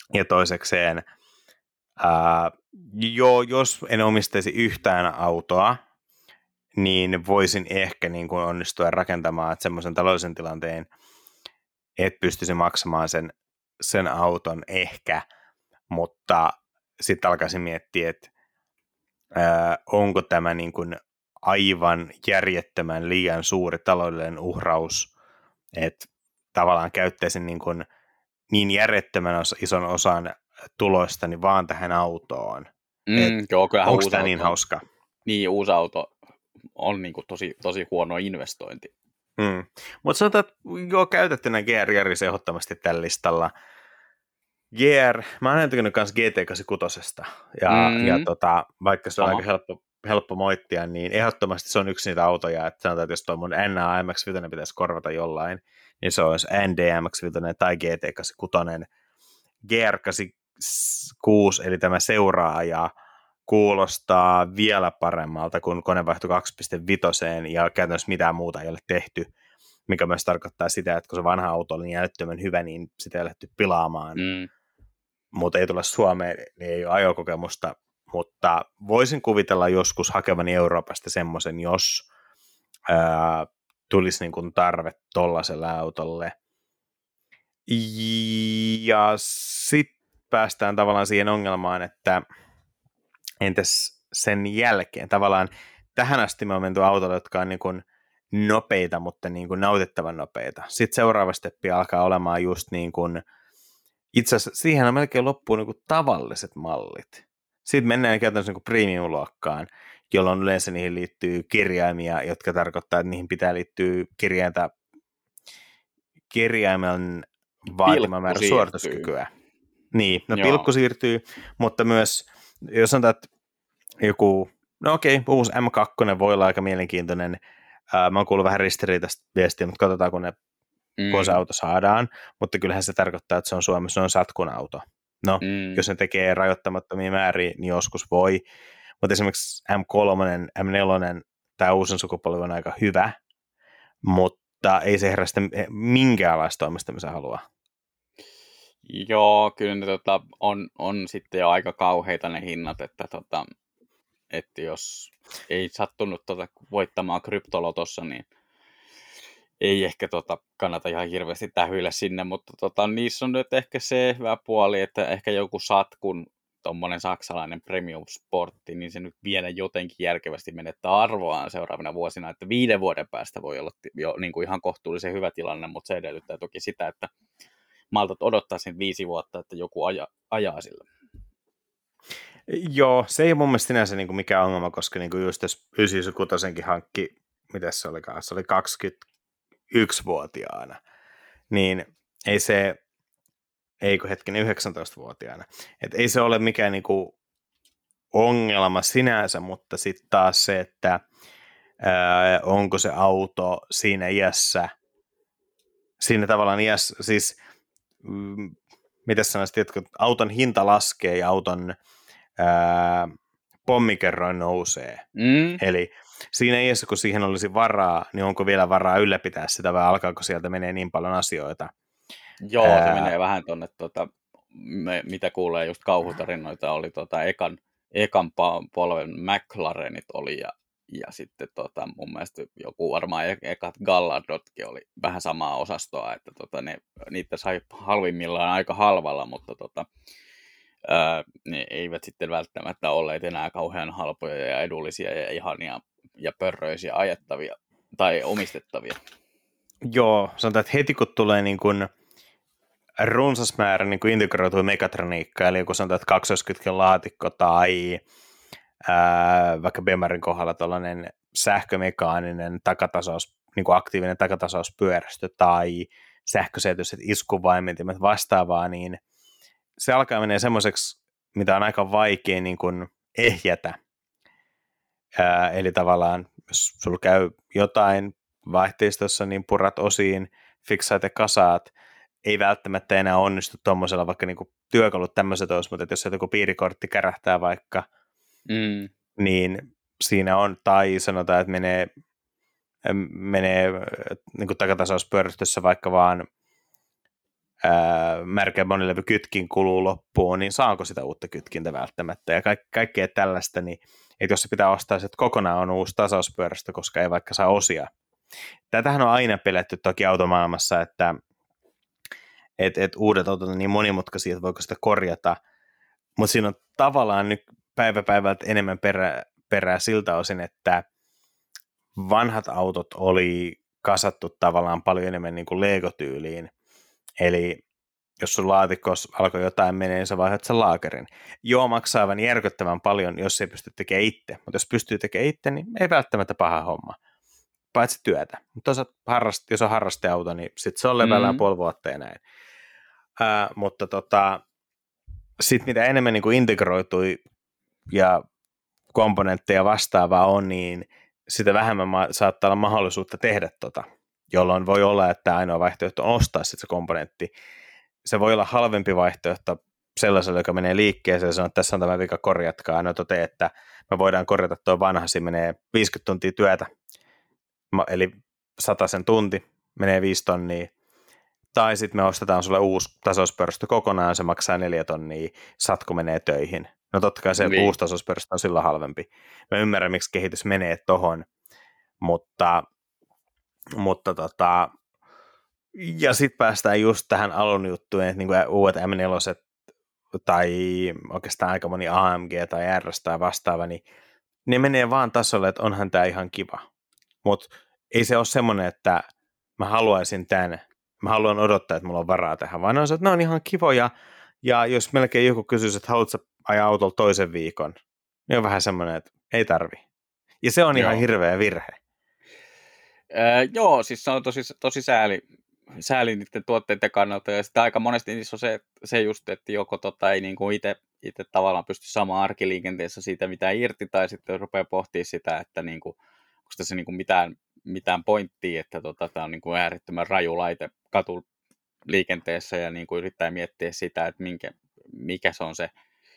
[SPEAKER 2] Ja toisekseen, ää, jo, jos en omistaisi yhtään autoa, niin voisin ehkä niin kuin onnistua rakentamaan semmoisen taloudellisen tilanteen, että pystyisin maksamaan sen, sen auton ehkä, mutta sitten alkaisin miettiä, että ää, onko tämä niin kuin aivan järjettömän liian suuri taloudellinen uhraus, että tavallaan käyttäisin niin, kuin niin järjettömän os, ison osan tuloistani vaan tähän autoon.
[SPEAKER 1] Mm, joo,
[SPEAKER 2] onko tämä niin hauska?
[SPEAKER 1] Niin, uusi auto on niin kuin tosi, tosi huono investointi.
[SPEAKER 2] Mm. Mutta sanotaan, että joo, käytettynä G R järjisi ehdottomasti tällä listalla. G R, mä oon tykännyt myös G T kahdeksankymmentäkuusi, ja, mm. ja tota, vaikka se on Sama. aika helppo, helppo moittia, niin ehdottomasti se on yksi niitä autoja, että sanotaan, että jos tuo mun N A M X viisi pitäisi korvata jollain, niin se olisi N D M X viisi tai G T kahdeksankymmentäkuusi. G R kahdeksankymmentäkuusi, eli tämä seuraaja, kuulostaa vielä paremmalta kuin konevaihto kaksi piste viisi, ja käytännössä mitään muuta ei ole tehty, mikä myös tarkoittaa sitä, että kun se vanha auto oli niin älyttömän hyvä, niin sitä ei lähdetty pilaamaan. Mm. Mutta ei tule Suomeen, niin ei ole ajokokemusta, mutta voisin kuvitella joskus hakevani Euroopasta semmoisen, jos ää, tulisi niin kuin tarve tollaiselle autolle. Ja sitten päästään tavallaan siihen ongelmaan, että entäs sen jälkeen? Tavallaan tähän asti me on menty autolle, jotka on niin kuin nopeita, mutta niin kuin nautittavan nopeita. Sitten seuraava steppi alkaa olemaan just niin kuin, itse asiassa siihen on melkein loppuun niin kuin tavalliset mallit. Sitten mennään käytännössä niin kuin premium-luokkaan, jolloin yleensä niihin liittyy kirjaimia, jotka tarkoittaa, että niihin pitää liittyä kirjainta, kirjaimen vaatima määrä suorituskykyä. Niin, no Joo. pilkku siirtyy, mutta myös, jos sanotaan, että joku, no okei, uusi M kaksi voi olla aika mielenkiintoinen. Ää, mä oon kuullut vähän ristiriitaista viestiä, mutta katsotaan, kun, ne, mm. kun se auto saadaan. Mutta kyllähän se tarkoittaa, että se on Suomessa, se on satkun auto. No, mm. jos ne tekee rajoittamattomia määriä, niin joskus voi. Mutta esimerkiksi M kolme, M neljä, tämä uusin sukupolvi on aika hyvä, mutta ei se herästä minkäänlaista omistamisen halua.
[SPEAKER 1] Joo, kyllä ne tota, on, on sitten jo aika kauheita ne hinnat, että, tota, että jos ei sattunut tota, voittamaan kryptolotossa, niin ei ehkä tota, kannata ihan hirveästi tähyillä sinne, mutta tota, niissä on nyt ehkä se hyvä puoli, että ehkä joku Satkun tommonen saksalainen premium sportti, niin se nyt vielä jotenkin järkevästi menettää arvoaan seuraavina vuosina, että viiden vuoden päästä voi olla jo niin kuin ihan kohtuullisen hyvä tilanne, mutta se edellyttää toki sitä, että maltat odottaa sen viisi vuotta, että joku aja, ajaa sillä.
[SPEAKER 2] Joo, se ei ole mun mielestä sinänsä niin kuin mikään ongelma, koska niin kuin just jos yhdeksänkymmentäkuusi hankki, mitä se olikaan, se oli kaksikymmentäyksivuotiaana, niin ei se, eikö hetken yhdeksäntoistavuotiaana, että ei se ole mikään niin kuin ongelma sinänsä, mutta sitten taas se, että ää, onko se auto siinä iässä, siinä tavallaan iässä, siis mm, mitä sanoisit, että auton hinta laskee ja auton ää, pommikerroin nousee. Mm. Eli siinä iässä, kun siihen olisi varaa, niin onko vielä varaa ylläpitää sitä vai alkaako sieltä menee niin paljon asioita?
[SPEAKER 1] Joo, ää... se menee vähän tuonne, tuota, me, mitä kuulee just kauhutarinoita, oli tuota, ekan, ekan polven McLarenit oli ja, ja sitten tota, mun mielestä joku varmaan e- ekat Gallardotkin oli vähän samaa osastoa, että tota, ne, niitä sai halvimmillaan aika halvalla, mutta tota, ää, ne eivät sitten välttämättä olleet enää kauhean halpoja ja edullisia ja ihania ja pörröisiä ajettavia tai omistettavia.
[SPEAKER 2] Joo, sanotaan, että heti kun tulee niin kuin runsas määrä niin kuin integroitua mekatroniikkaa, eli joku sanotaan, että kaksoiskytken laatikko tai ää, vaikka Bemarin kohdalla tällainen sähkömekaaninen takatasaus, niin kuin aktiivinen takatasauspyörästö tai sähkösetyiset iskuvaimentimet vastaavaa, niin se alkaa menee semmoiseksi, mitä on aika vaikea niin kuin ehjätä. Ää, eli tavallaan, jos sulla käy jotain vaihteistossa, niin purat osiin, fiksaat ja kasaat, ei välttämättä enää onnistu tuommoisella, vaikka niin kuin työkalut tämmöiset olisi, mutta jos joku piirikortti kärähtää vaikka, mm. niin siinä on, tai sanotaan, että menee, menee niin kuin takatasauspyörästössä vaikka vaan märkä monilevykytkin kuluu loppuun, niin saanko sitä uutta kytkintä välttämättä, ja kaik- kaikkea tällaista, niin että jos se pitää ostaa, että kokonaan on uusi tasauspyörästö, koska ei vaikka saa osia. Tätähän on aina pelätty toki automaailmassa, että et, et uudet autot on niin monimutkaisia, että voiko sitä korjata, mutta siinä on tavallaan nyt päivä päivältä enemmän perää, perää siltä osin, että vanhat autot oli kasattu tavallaan paljon enemmän niin kuin Lego-tyyliin, eli jos sun laatikossa alkoi jotain menee, niin sä vaihdat sen laakerin. Joo, maksaa aivan järkyttävän paljon, jos ei pysty tekemään itse, mutta jos pystyy tekemään itse, niin ei välttämättä paha homma, paitsi työtä. Mutta harrast, jos on harrasteauto, niin sitten se on levällään mm-hmm. puoli vuotta ja näin. Ää, mutta tota, sitten mitä enemmän niin kuin integroitui ja komponentteja vastaavaa on, niin sitä vähemmän ma- saattaa olla mahdollisuutta tehdä tota, jolloin voi olla, että ainoa vaihtoehto on ostaa sitten se komponentti. Se voi olla halvempi vaihtoehto sellaiselle, joka menee liikkeeseen ja sanoo, että tässä on tämä vika, korjatkaa. No tote, että me voidaan korjata tuo vanha, siinä menee viisikymmentä tuntia työtä, eli satasen tunti, menee viisi tonnia. Tai sitten me ostetaan sulle uusi tasauspörstö kokonaan, se maksaa neljä tonnia, satku menee töihin. No totta kai se niin. Uusi tasauspörstö on sillä halvempi. Mä ymmärrän, miksi kehitys menee tohon, mutta, mutta tota, ja sitten päästään just tähän alun juttuun, että niinku uudet M neljä tai oikeastaan aika moni A M G tai R S tai vastaava, niin ne menee vaan tasolle, että onhan tämä ihan kiva. Mutta ei se ole semmoinen, että mä haluaisin tämän, mä haluan odottaa, että mulla on varaa tähän, vaan on se, että ne on ihan kivoja, ja jos melkein joku kysyisi, että haluatko ajaa autolla toisen viikon, niin on vähän semmoinen, että ei tarvi. Ja se on joo. Ihan hirveä virhe.
[SPEAKER 1] Öö, joo, siis se on tosi, tosi sääli, sääli niiden tuotteiden kannalta, ja sitten aika monesti niissä on se, se just, että joko tota ei niinku itse itse tavallaan pysty saamaan arkiliikenteessä siitä mitään irti, tai sitten rupeaa pohtimaan sitä, että niinku, onko tässä niinku mitään, mitään pointtia, että tota, tämä on niinku äärettömän raju laite katuliikenteessä, ja niinku yrittää miettiä sitä, että minkä, mikä se on se,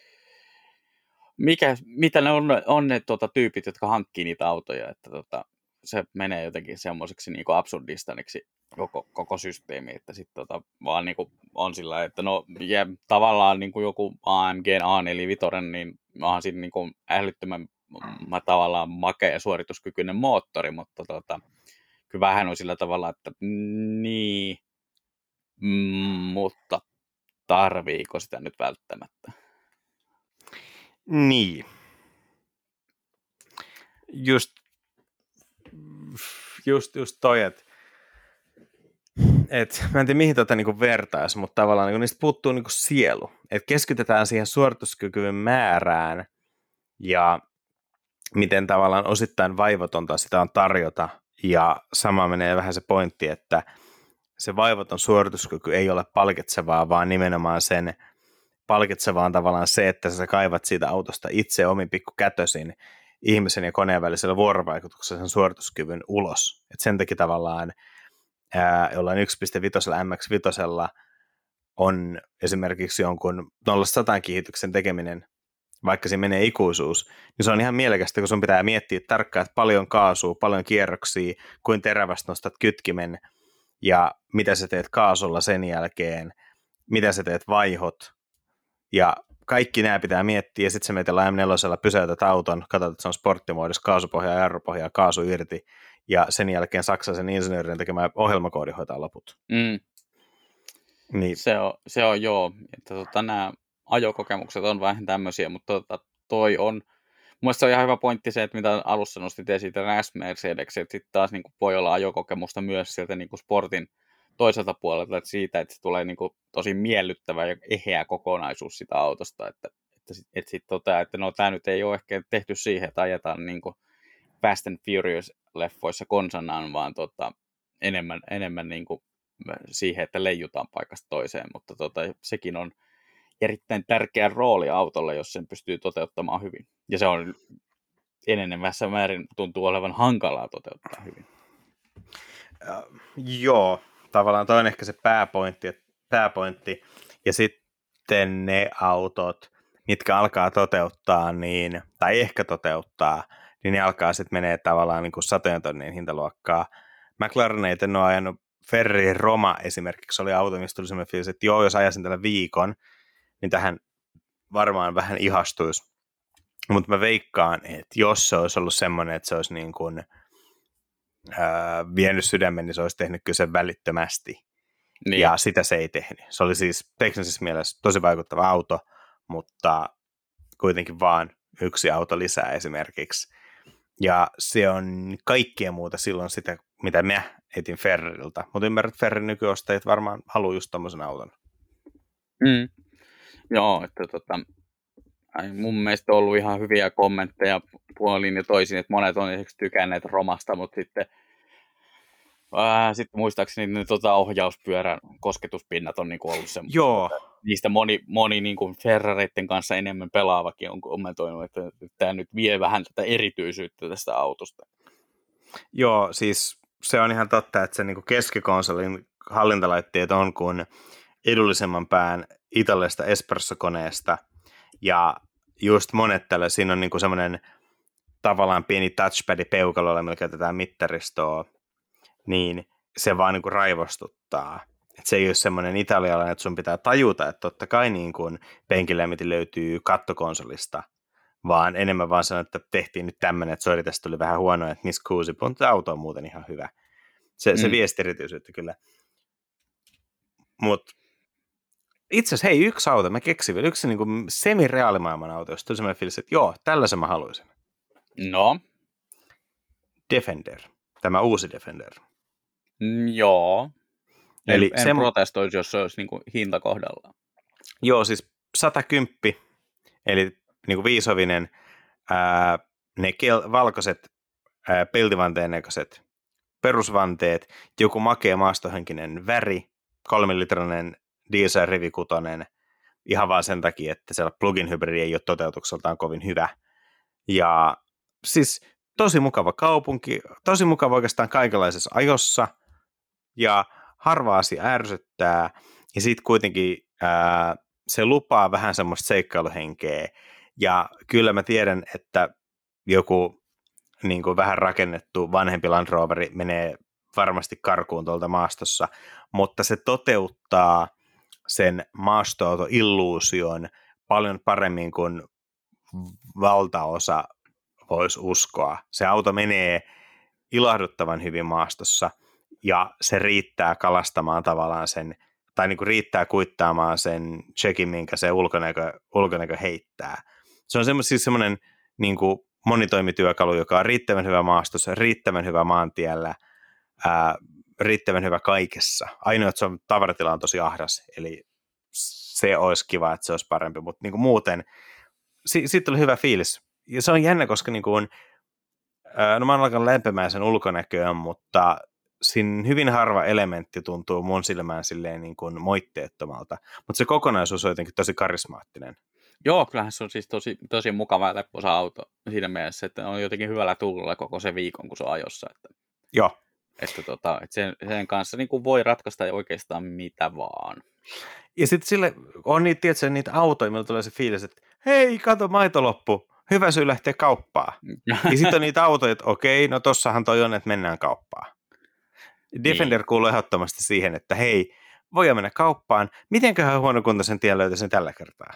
[SPEAKER 1] mikä, mitä ne on, on ne tota, tyypit, jotka hankkii niitä autoja, että tota, se menee jotenkin semmoiseksi niinku absurdistaniksi koko, koko systeemi, että sitten tota, vaan niinku on sillä, että no ja tavallaan niinku joku A M G A neljäkymmentäviisi, niin onhan siinä niinku älyttömän mä, tavallaan makea ja suorituskykyinen moottori, mutta tota, kyllä vähän on sillä tavalla, että niin, mm, mutta tarviiko sitä nyt välttämättä?
[SPEAKER 2] Niin. Just, just, just toi, että et, mä en tiedä mihin tätä niinku vertaisi, mutta tavallaan niinku niistä puuttuu niinku sielu. Et keskitytään siihen suorituskykyyn määrään ja miten tavallaan osittain vaivotonta sitä on tarjota. Ja sama menee vähän se pointti, että se vaivoton suorituskyky ei ole palkitsevaa, vaan nimenomaan sen palkitsevaa on tavallaan se, että sä kaivat siitä autosta itse omin pikkukätösin ihmisen ja koneen välisellä vuorovaikutuksella sen suorituskyvyn ulos. Et sen takia tavallaan ää, jollain yksi pilkku viisi M X viisi on esimerkiksi jonkun nolla sataan kehityksen tekeminen, vaikka siinä menee ikuisuus, niin se on ihan mielekästä, kun sun pitää miettiä tarkkaan, että paljon kaasua, paljon kierroksia, kuin terävästi nostat kytkimen, ja mitä sä teet kaasulla sen jälkeen, mitä sä teet vaihot, ja kaikki nämä pitää miettiä, ja sitten sä meitellä M neljä pysäytät auton, katsot, että se on sporttimoodissa, kaasupohjaa, jarrupohjaa, kaasu irti, ja sen jälkeen saksaisen insinöörin tekemään ohjelmakoodi hoitaa loput.
[SPEAKER 1] Mm.
[SPEAKER 2] Niin.
[SPEAKER 1] Se, on, se on joo, että tota, nämä ajokokemukset on vähän tämmöisiä, mutta tota, toi on, mielestäni se on ihan hyvä pointti se, että mitä alussa nostit esiin tämän S-Mercedeksen, että sitten taas niin kuin, voi olla ajokokemusta myös sieltä niin kuin sportin toiselta puolelta, että siitä, että se tulee niin kuin, tosi miellyttävä ja eheä kokonaisuus sitä autosta, että, että, että sitten tota, että no tämä nyt ei ole ehkä tehty siihen, että ajetaan niin kuin Fast and Furious-leffoissa konsanaan, vaan tota, enemmän, enemmän niin kuin siihen, että leijutaan paikasta toiseen, mutta tota, sekin on erittäin tärkeä rooli autolle, jos sen pystyy toteuttamaan hyvin. Ja se on enenevässä määrin tuntuu olevan hankalaa toteuttaa hyvin.
[SPEAKER 2] Uh, joo, tavallaan toi on ehkä se pääpointti, pääpointti. Ja sitten ne autot, mitkä alkaa toteuttaa, niin, tai ehkä toteuttaa, niin ne alkaa sitten menee tavallaan niin kuin satojen tonnien hintaluokkaa. McLaren ei en ole ajanut Ferrari Roma esimerkiksi oli auto, mistä tuli sellainen fiilis, että joo, jos ajasin tällä viikon, niin tähän varmaan vähän ihastuisi. Mutta mä veikkaan, että jos se olisi ollut semmoinen, että se olisi niin kuin, ää, vienyt sydämen, niin se olisi tehnyt kyllä sen välittömästi. Niin. Ja sitä se ei tehnyt. Se oli siis teknisessä mielessä tosi vaikuttava auto, mutta kuitenkin vaan yksi auto lisää esimerkiksi. Ja se on kaikkea muuta silloin sitä, mitä mä etin Ferrarilta. Mutta ymmärrät, että Ferrarin nykyostajat varmaan haluaa just tommosen auton.
[SPEAKER 1] Mm. Joo, että tota, mun mielestä on ollut ihan hyviä kommentteja puolin ja toisin, että monet on esimerkiksi tykänneet Romasta, mutta sitten Äh, sitten muistaakseni ne tota, ohjauspyörän kosketuspinnat on niinku ollut semmoista.
[SPEAKER 2] Joo.
[SPEAKER 1] Niistä moni, moni niinku Ferrareiden kanssa enemmän pelaavakin on kommentoinut, että tämä nyt vie vähän tätä erityisyyttä tästä autosta.
[SPEAKER 2] Joo, siis se on ihan totta, että se niinku keskikonsolin hallintalaitteet on kuin edullisemman pään italialaisesta espressokoneesta. Ja just monet tällä, siinä on niinku semmoinen tavallaan pieni touchpad peukalolla, millä käytetään mittaristoa. Niin se vaan niin kuin raivostuttaa. Et se ei ole semmoinen italialainen, että sun pitää tajuta, että totta kai niin kuin penkilämmitin löytyy kattokonsolista, vaan enemmän vaan sanoa, että tehtiin nyt tämmöinen, että sori, tästä tuli vähän huonoa, että Miss Kuusi, mutta auto on muuten ihan hyvä. Se, mm. se viesti erityisyyttä kyllä. Mutta itse asiassa hei, yksi auto, mä keksin vielä, yksi niin kuin semi-reaalimaailman auto, josta tuli semmoinen fiilis, että joo, tällaisen mä haluaisin.
[SPEAKER 1] No?
[SPEAKER 2] Defender, tämä uusi Defender.
[SPEAKER 1] Mm, joo.
[SPEAKER 2] Eli
[SPEAKER 1] en
[SPEAKER 2] se
[SPEAKER 1] protestoisi, jos se olisi niin kuin hinta kohdallaan.
[SPEAKER 2] Joo, siis sata kymmenen, eli niin kuin viisovinen, ää, ne kel- valkoiset ää, peltivanteen näköiset perusvanteet, joku makea maastohenkinen väri, kolmilitrainen diesel-rivikutonen, ihan vaan sen takia, että siellä plug-in hybridi ei ole toteutukseltaan kovin hyvä. Ja siis tosi mukava kaupunki, tosi mukava oikeastaan kaikenlaisessa ajossa, ja harva asia ärsyttää, ja sitten kuitenkin ää, se lupaa vähän semmoista seikkailuhenkeä, ja kyllä mä tiedän, että joku niin kuin vähän rakennettu vanhempi Land Roveri menee varmasti karkuun tuolta maastossa, mutta se toteuttaa sen maastoauto-illuusion paljon paremmin kuin valtaosa voisi uskoa. Se auto menee ilahduttavan hyvin maastossa, ja se riittää kalastamaan tavallaan sen, tai niin kuin riittää kuittaamaan sen checkin, minkä se ulkonäkö, ulkonäkö heittää. Se on semmo, siis semmoinen niin kuin monitoimityökalu, joka on riittävän hyvä maastossa, riittävän hyvä maantiellä, ää, riittävän hyvä kaikessa. Ainoa, että se on, tavaratila on tosi ahdas, eli se olisi kiva, että se olisi parempi, mutta niin kuin muuten, si- siitä oli hyvä fiilis. Ja se on jännä, koska niin kuin, ää, no mä oon alkanut lämpimään sen ulkonäköön, mutta siinä hyvin harva elementti tuntuu mun silmään silleen niin kuin moitteettomalta, mutta se kokonaisuus on jotenkin tosi karismaattinen.
[SPEAKER 1] Joo, kyllähän se on siis tosi, tosi mukava ja lepposa auto siinä mielessä, että on jotenkin hyvällä tuulella koko se viikon, kun se on ajossa. Että,
[SPEAKER 2] Joo.
[SPEAKER 1] Että, tota, että sen, sen kanssa niin kuin voi ratkaista oikeastaan mitä vaan.
[SPEAKER 2] Ja sitten sille on niitä, tiedätkö, niitä autoja, millä tulee se fiilis, että hei, kato, maito loppu, hyvä syy lähteä kauppaan. Ja sitten on niitä autoja, että okei, no tossahan toi on, että mennään kauppaan. Defender niin kuuluu ehdottomasti siihen, että hei, voidaan mennä kauppaan, mitenköhän huonokuntaisen tien löytäisin tällä kertaa?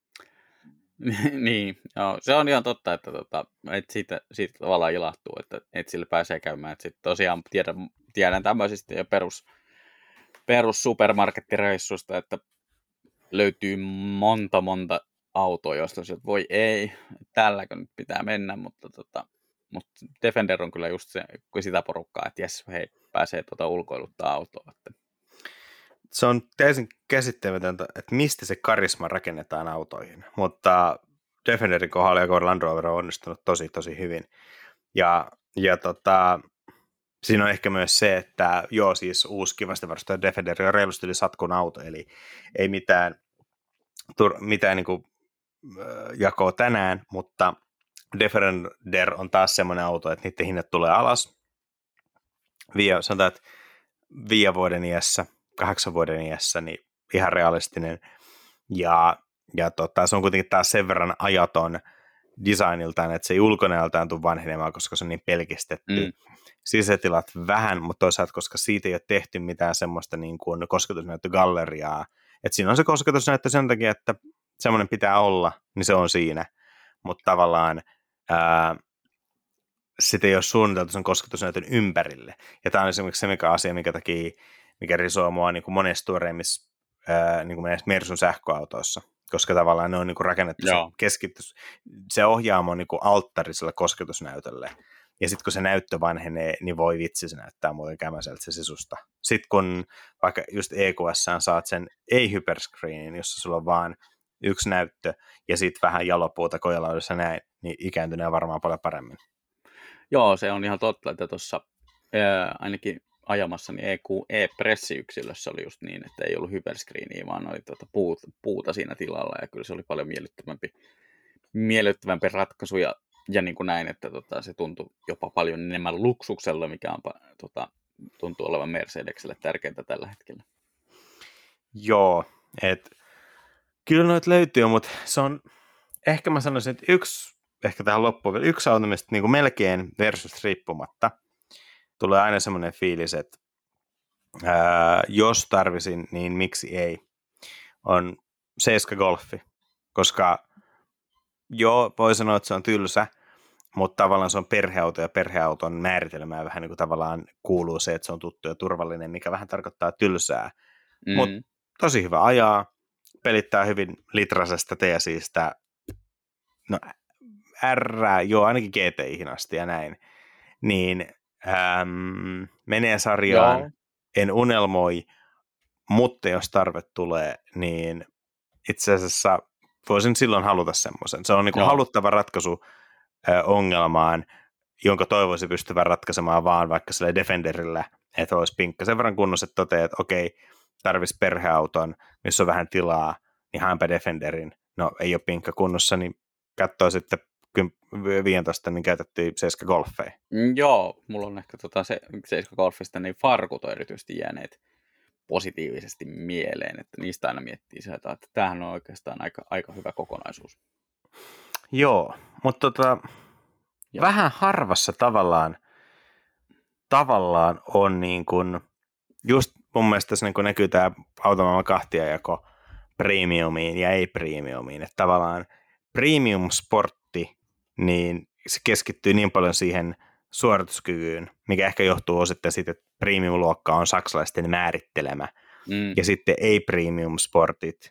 [SPEAKER 1] Niin, joo, se on ihan totta, että, tota, että siitä, siitä tavallaan ilahtuu, että, että sille pääsee käymään. Että sit tosiaan tiedän, tiedän tämmöisistä jo perus, perus supermarkettireissusta, että löytyy monta monta autoa, josta se, voi ei, tälläkö nyt pitää mennä, mutta, tota, mutta Defender on kyllä just se, sitä porukkaa, että jes, hei, pääsee tuota ulkoiluttaa autoa. Että.
[SPEAKER 2] Se on täysin käsittämätöntä, että mistä se karisma rakennetaan autoihin, mutta Defenderin kohdalla ja Land Rover on onnistunut tosi, tosi hyvin. Ja, ja tota, siinä on ehkä myös se, että joo, siis uusi kivasti varustettu Defender on reilusti yli satkun auto, eli ei mitään, tur, mitään niin kuin, äh, jakoa tänään, mutta Defender on taas semmoinen auto, että niiden hinnat tulee alas. Vie, sanotaan, että viiden vuoden iässä, kahdeksan vuoden iässä, niin ihan realistinen. Ja, ja tota, se on kuitenkin taas sen verran ajaton, designiltaan, että se ei ulkonäöltään tule vanhenemaan, koska se on niin pelkistetty. Mm. Sisätilat vähän, mutta toisaalta, koska siitä ei ole tehty mitään semmoista niin kuin kosketusnäyttögalleriaa. Että siinä on se kosketusnäyttö sen takia, että semmoinen pitää olla, niin se on siinä. Mutta tavallaan ää, sitä ei ole suunniteltu sen kosketusnäytön ympärille. Ja tämä on esimerkiksi se mikä asia, mikä takia, mikä risoo mua niin kuin monessa tuoreimmissa niin kuin Mersun sähköautoissa, koska tavallaan ne on niin kuin rakennettu se, keskitys, se ohjaamo on niin kuin alttarisella kosketusnäytölle. Ja sitten kun se näyttö vanhenee, niin voi vitsi, se näyttää muuten kämäseltä se sisusta. Sitten kun vaikka just E Q S:ään saat sen ei-hyperscreenin, jossa sulla on vaan yksi näyttö ja sitten vähän jalopuuta kojalaudessa näin, niin ikääntyneen varmaan paljon paremmin.
[SPEAKER 1] Joo, se on ihan totta, että tuossa ainakin ajamassani E Q E-pressiyksilössä oli just niin, että ei ollut hyperscreeniä, vaan oli tuota puuta, puuta siinä tilalla, ja kyllä se oli paljon miellyttävämpi, miellyttävämpi ratkaisu, ja, ja niin kuin näin, että tota, se tuntui jopa paljon enemmän luksuksella, mikä on, tota, tuntuu olevan Mercedekselle tärkeintä tällä hetkellä.
[SPEAKER 2] Joo, että kyllä noita löytyy, mutta se on, ehkä mä sanoisin, että yksi, ehkä tähän loppuun vielä, yksi auto, mistä niin kuin melkein versus riippumatta, tulee aina semmoinen fiilis, että ää, jos tarvisin, niin miksi ei, on Seiska Golfi, koska joo, voi sanoa, että se on tylsä, mutta tavallaan se on perheauto, ja perheauton määritelmää vähän niin kuin tavallaan kuuluu se, että se on tuttu ja turvallinen, mikä vähän tarkoittaa tylsää, mm. mutta tosi hyvä ajaa, pelittää hyvin litrasesta T S I:stä, no R, joo, ainakin G T I:hin asti ja näin, niin äm, menee sarjaan, joo. En unelmoi, mutta jos tarve tulee, niin itse asiassa voisin silloin haluta semmoisen. Se on niin kuin haluttava ratkaisu ö, ongelmaan, jonka toivoisi pystyvän ratkaisemaan vaan vaikka sille Defenderillä, että olisi pinkka sen verran kunnossa, että toteaa, että okei, tarvitsisi perheauton, missä on vähän tilaa, niin haenpä Defenderin. No ei ole pinkka kunnossa, niin katsoo sitten viisitoista niin käytettyjä Seiska Golfeja.
[SPEAKER 1] Mm, joo, mulla on ehkä tota se Seiska Golfista niin farkut on erityisesti jääneet positiivisesti mieleen, että niistä aina miettii se, että tämähän on oikeastaan aika, aika hyvä kokonaisuus.
[SPEAKER 2] Joo, mutta tota, vähän harvassa tavallaan, tavallaan on niin kuin, just mun mielestä tässä niin kuin näkyy tämä automaailman kahtiajako premiumiin ja ei-premiumiin, että tavallaan premium-sportti, niin se keskittyy niin paljon siihen suorituskykyyn, mikä ehkä johtuu osittain siitä, että premium-luokka on saksalaisten määrittelemä, mm. ja sitten ei-premium-sportit,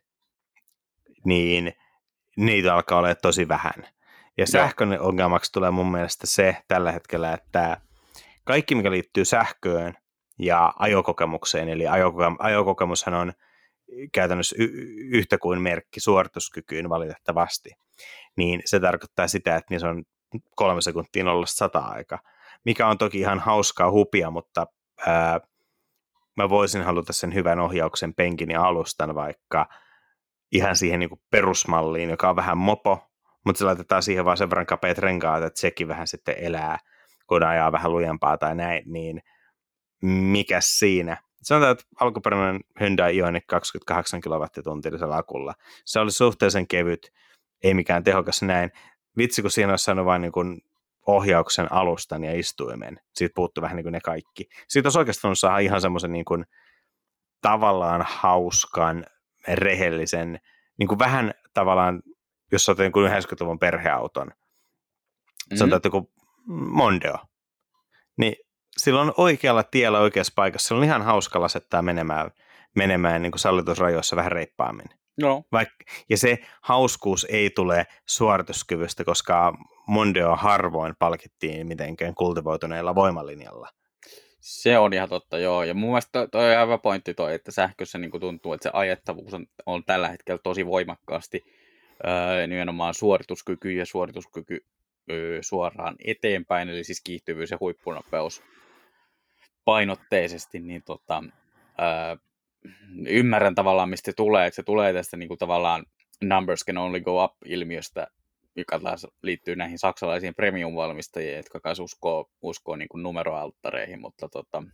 [SPEAKER 2] niin niitä alkaa olla tosi vähän. Ja sähkön ongelmaksi tulee mun mielestä se tällä hetkellä, että kaikki, mikä liittyy sähköön ja ajokokemukseen, eli ajokoke- ajokokemushan on käytännössä y- yhtä kuin merkki suorituskykyyn valitettavasti, niin se tarkoittaa sitä, että niissä on kolme sekuntia nollasta sata aika, mikä on toki ihan hauskaa hupia, mutta ää, mä voisin haluta sen hyvän ohjauksen penkin ja alustan vaikka ihan siihen niin kuin perusmalliin, joka on vähän mopo, mutta se laitetaan siihen vaan sen verran kapeat renkaat, että sekin vähän sitten elää, kun ajaa vähän lujempaa tai näin, niin mikäs siinä? Sanotaan, että alkuperäinen Hyundai Ioniq kaksikymmentäkahdeksan kilowattituntisella akulla. Se oli suhteellisen kevyt, ei mikään tehokas näin. Vitsi, kun siinä olisi saanut vain niin kuin ohjauksen alustan ja istuimen. Siitä puuttuu vähän niin kuin ne kaikki. Siitä olisi oikeasti voinut saada ihan semmoisen niin kuin tavallaan hauskan, rehellisen, niin kuin vähän tavallaan, jos olet jonkun yhdeksänkymmentäluvun perheauton, mm-hmm. sanotaan, että joku Mondeo, niin silloin oikealla tiellä oikeassa paikassa, se on ihan hauska lasettaa menemään, menemään niin kuin sallitusrajoissa vähän reippaammin.
[SPEAKER 1] No.
[SPEAKER 2] Vaik- ja se hauskuus ei tule suorituskyvystä, koska Mondeo harvoin palkittiin mitenkään kultivoituneella voimalinjalla.
[SPEAKER 1] Se on ihan totta, joo. Ja mun mielestä toi, toi on ihan hyvä pointti toi, että sähkössä niin tuntuu, että se ajettavuus on, on tällä hetkellä tosi voimakkaasti öö, nimenomaan suorituskyky ja suorituskyky öö, suoraan eteenpäin, eli siis kiihtyvyys ja huippunopeus painotteisesti, niin tota, öö, ymmärrän tavallaan, mistä se tulee, että se tulee tästä niin kuin tavallaan numbers can only go up-ilmiöstä, joka taas liittyy näihin saksalaisiin premium-valmistajiin, jotka kai uskoo, uskoo niin kuin numeroalttareihin, mutta tota,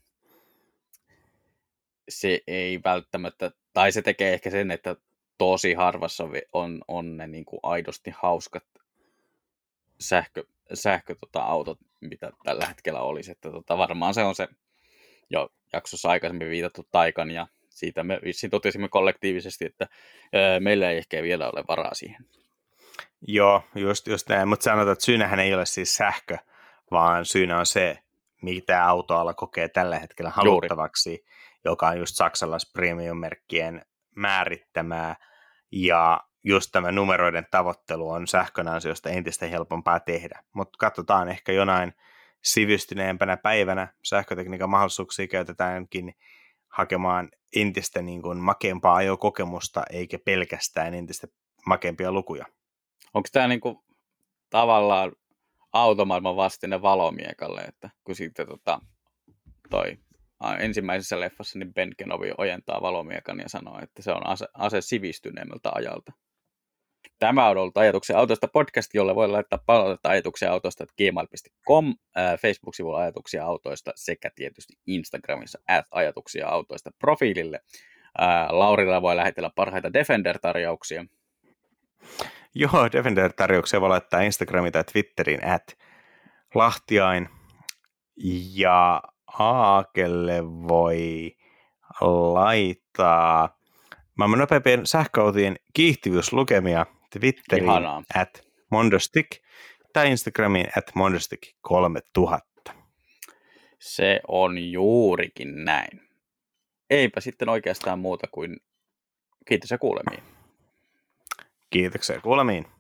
[SPEAKER 1] se ei välttämättä, tai se tekee ehkä sen, että tosi harvassa on, on ne niin kuin aidosti hauskat sähkö, sähkö tota, autot, mitä tällä hetkellä olisi. Että tota, varmaan se on se jo jaksossa aikaisemmin viitattu Taycan, ja siitä me vissiin totesimme kollektiivisesti, että ää, meillä ei ehkä vielä ole varaa siihen.
[SPEAKER 2] Joo, just, just näin, mutta sanotaan, että syynähän ei ole siis sähkö, vaan syynä on se, mitä autoala kokee tällä hetkellä haluttavaksi, Juuri. joka on just saksalais premium-merkkien määrittämää, ja just tämä numeroiden tavoittelu on sähkön ansiosta entistä helpompaa tehdä. Mutta katsotaan, ehkä jonain sivistyneempänä päivänä sähkötekniikan mahdollisuuksia käytetäänkin hakemaan entistä niin kuin makeampaa ajokokemusta, eikä pelkästään entistä makeampia lukuja.
[SPEAKER 1] Onko tämä niinku tavallaan automaailman vastine valomiekalle, että kun sitten tota, toi ensimmäisessä leffassa niin Ben Kenobi ojentaa valomiekan ja sanoo, että se on ase, ase sivistyneemmältä ajalta. Tämä on ollut Ajatuksia autosta podcast, jolle voi laittaa palautetta ajatuksia autosta gmail piste com, äh, Facebook-sivulla Ajatuksia autoista sekä tietysti Instagramissa at ajatuksia autoista profiilille. Äh, Laurilla voi lähetellä parhaita Defender-tarjouksia.
[SPEAKER 2] Joo, Defender-tarjouksia voi laittaa Instagramin tai Twitterin at Lahtiain. Ja Aakelle voi laittaa maailman nopeimpien sähköautien kiihtyvyyslukemia Twitterin Ihanaa. at Mondostick tai Instagramin at Mondostick kolmetuhatta.
[SPEAKER 1] Se on juurikin näin. Eipä sitten oikeastaan muuta kuin kiitos ja kuulemiin.
[SPEAKER 2] Kiitoksia kuulemiin.